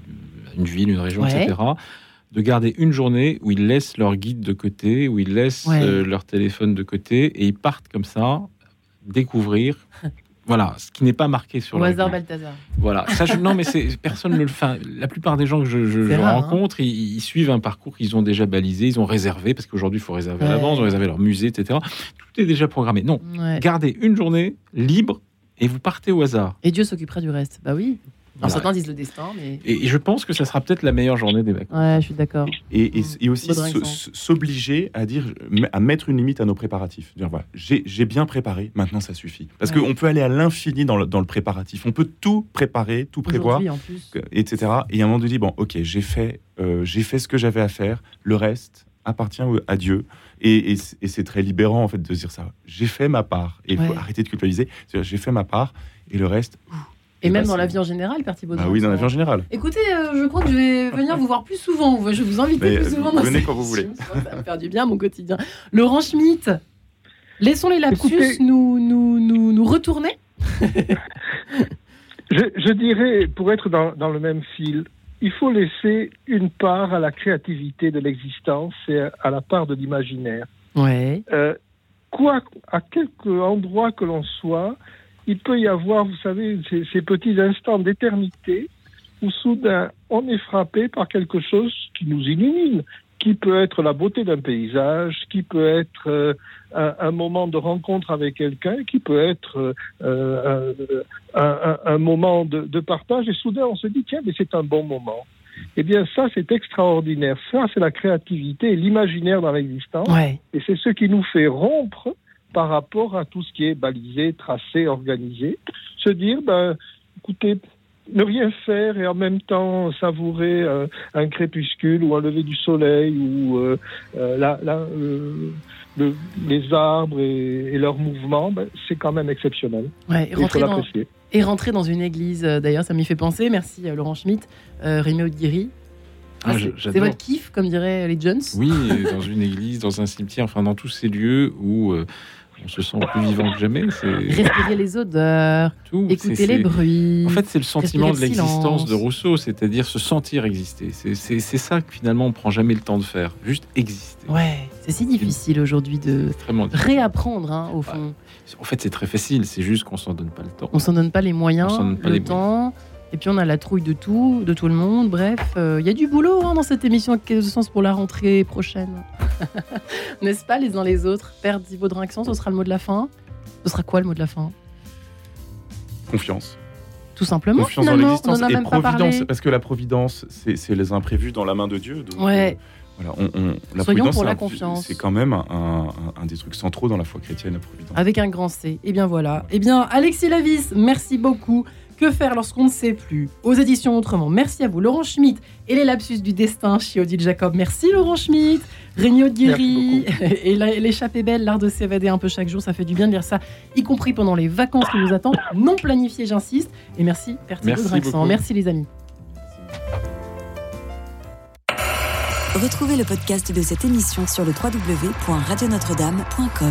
[SPEAKER 2] une ville, une région,
[SPEAKER 1] Ouais.
[SPEAKER 2] et cetera, de garder une journée où ils laissent leur guide de côté, où ils laissent
[SPEAKER 1] Ouais.
[SPEAKER 2] euh, leur téléphone de côté, et ils partent comme ça, découvrir... Voilà, ce qui n'est pas marqué sur
[SPEAKER 1] Au
[SPEAKER 2] leur
[SPEAKER 1] hasard
[SPEAKER 2] guide.
[SPEAKER 1] Balthazar.
[SPEAKER 2] Voilà, ça, je- non, mais c'est, personne ne le fait. Enfin, la plupart des gens que je, je-
[SPEAKER 1] C'est
[SPEAKER 2] je
[SPEAKER 1] rare,
[SPEAKER 2] rencontre, ils, ils suivent un parcours qu'ils ont déjà balisé, ils ont réservé, parce qu'aujourd'hui, il faut réserver à
[SPEAKER 1] Ouais.
[SPEAKER 2] l'avance, ils ont réservé leur musée, et cetera. Tout est déjà programmé. Non,
[SPEAKER 1] Ouais.
[SPEAKER 2] gardez une journée libre et vous partez au hasard.
[SPEAKER 1] Et Dieu s'occupera du reste. Bah oui. Alors
[SPEAKER 2] Voilà.
[SPEAKER 1] certains disent le destin, mais...
[SPEAKER 2] Et, et je pense que ça sera peut-être la meilleure journée des vacances.
[SPEAKER 1] Ouais, je suis d'accord.
[SPEAKER 5] Et, et, et aussi
[SPEAKER 1] Baudrin
[SPEAKER 5] se-
[SPEAKER 1] Alexandre.
[SPEAKER 5] se- s'obliger à dire, à mettre une limite à nos préparatifs. Dire voilà, j'ai, j'ai bien préparé, maintenant ça suffit. Parce
[SPEAKER 1] Ouais.
[SPEAKER 5] qu'on peut aller à l'infini dans le, dans le préparatif. On peut tout préparer, tout prévoir,
[SPEAKER 1] Aujourd'hui, en plus.
[SPEAKER 5] que- et cetera. Et à un moment donné, bon, ok, j'ai fait, euh, j'ai fait ce que j'avais à faire. Le reste appartient à Dieu. Et, et, c'est- et c'est très libérant en fait de se dire ça. J'ai fait ma part. Et il faut
[SPEAKER 1] Ouais.
[SPEAKER 5] arrêter de culpabiliser. C'est-à-dire, j'ai fait ma part et le reste.
[SPEAKER 1] Et même
[SPEAKER 5] bah,
[SPEAKER 1] dans
[SPEAKER 5] c'est-
[SPEAKER 1] la vie en général, Père Thibaut.
[SPEAKER 5] Ah oui, dans la vie en général.
[SPEAKER 1] Écoutez, euh, je crois que je vais venir vous voir plus souvent. Je vais vous inviter
[SPEAKER 5] Mais,
[SPEAKER 1] plus souvent dans
[SPEAKER 5] venez
[SPEAKER 1] cette
[SPEAKER 5] quand vous voulez.
[SPEAKER 1] émission. Ça va me faire du bien à mon quotidien. Laurent Schmitt, laissons les lapsus
[SPEAKER 3] Écoutez-
[SPEAKER 1] nous, nous, nous, nous retourner.
[SPEAKER 3] Je, je dirais, pour être dans, dans le même fil, il faut laisser une part à la créativité de l'existence et à la part de l'imaginaire.
[SPEAKER 1] Ouais.
[SPEAKER 3] Euh, quoi, à quelque endroit que l'on soit, il peut y avoir, vous savez, ces, ces petits instants d'éternité où soudain on est frappé par quelque chose qui nous illumine, qui peut être la beauté d'un paysage, qui peut être euh, un, un moment de rencontre avec quelqu'un, qui peut être euh, un, un, un moment de, de partage, et soudain on se dit tiens, mais c'est un bon moment. Eh bien ça c'est extraordinaire, ça c'est la créativité et l'imaginaire dans l'existence,
[SPEAKER 1] Ouais.
[SPEAKER 3] et c'est ce qui nous fait rompre par rapport à tout ce qui est balisé, tracé, organisé. Se dire, ben, écoutez, ne rien faire et en même temps savourer euh, un crépuscule ou un lever du soleil ou euh, euh, la, la, euh, le, les arbres et, et leurs mouvements, ben, c'est quand même exceptionnel.
[SPEAKER 1] Ouais, et
[SPEAKER 3] Il faut
[SPEAKER 1] rentrer dans,
[SPEAKER 3] l'apprécier.
[SPEAKER 1] et rentrer dans une église, euh, d'ailleurs, ça m'y fait penser. Merci euh, Laurent Schmitt, euh, Rémi Aude-Guéry.
[SPEAKER 2] Ah,
[SPEAKER 1] Ah,
[SPEAKER 2] je-
[SPEAKER 1] c'est, c'est
[SPEAKER 2] j'adore.
[SPEAKER 1] votre kiff, comme diraient les Jones.
[SPEAKER 2] Oui, et dans une église, dans un cimetière, enfin dans tous ces lieux où euh, on se sent plus vivant que jamais. C'est
[SPEAKER 1] Respirer les odeurs,
[SPEAKER 2] tout.
[SPEAKER 1] écouter
[SPEAKER 2] C'est-
[SPEAKER 1] les
[SPEAKER 2] c'est-
[SPEAKER 1] bruits.
[SPEAKER 2] En fait, c'est le sentiment
[SPEAKER 1] respirer
[SPEAKER 2] de
[SPEAKER 1] le
[SPEAKER 2] l'existence
[SPEAKER 1] silence.
[SPEAKER 2] de Rousseau, c'est-à-dire se sentir exister. C'est, c'est, c'est ça que finalement on prend jamais le temps de faire, juste exister.
[SPEAKER 1] Ouais, c'est si difficile aujourd'hui de
[SPEAKER 2] Vraiment difficile.
[SPEAKER 1] réapprendre, hein, au fond.
[SPEAKER 2] En fait, c'est très facile, c'est juste qu'on s'en donne pas le temps.
[SPEAKER 1] On s'en donne pas les moyens,
[SPEAKER 2] On s'en donne pas
[SPEAKER 1] le
[SPEAKER 2] les
[SPEAKER 1] temps. Et puis on a la trouille de tout, de tout le monde. Bref, il y a du boulot hein, dans cette émission Quai de sens pour la rentrée prochaine. N'est-ce pas les uns les autres? Père Thibaut Drinxon, ce sera le mot de la fin. Ce sera quoi le mot de la fin?
[SPEAKER 5] Confiance.
[SPEAKER 1] Tout simplement,
[SPEAKER 5] Confiance dans
[SPEAKER 1] finalement. On
[SPEAKER 5] l'existence
[SPEAKER 1] n'en a
[SPEAKER 5] et
[SPEAKER 1] même pas
[SPEAKER 5] providence,
[SPEAKER 1] parlé.
[SPEAKER 5] parce que la providence, c'est, c'est les imprévus dans la main de Dieu. Donc,
[SPEAKER 1] Ouais.
[SPEAKER 5] euh, voilà, on, on- la
[SPEAKER 1] Soyons
[SPEAKER 5] providence,
[SPEAKER 1] pour
[SPEAKER 5] c'est
[SPEAKER 1] la
[SPEAKER 5] un-
[SPEAKER 1] confiance.
[SPEAKER 5] C'est quand même un, un- un des trucs centraux dans la foi chrétienne, la providence.
[SPEAKER 1] Avec un grand C. Et bien voilà. Et bien, Alexis Lavis, merci beaucoup. Que faire lorsqu'on ne sait plus? Aux éditions Autrement, merci à vous. Laurent Schmitt et les lapsus du destin chez Odile Jacob. Merci Laurent Schmitt. Rémi Aude-Guéry et la- l'échappée belle, l'art de s'évader un peu chaque jour. Ça fait du bien de lire ça, y compris pendant les vacances qui nous attendent. Non planifiées, j'insiste. Et merci, Père Thibaut
[SPEAKER 2] Merci
[SPEAKER 1] Drinxon.
[SPEAKER 2] beaucoup.
[SPEAKER 1] Merci les amis.
[SPEAKER 6] Retrouvez le podcast de cette émission sur le w w w point radio notre dame point com.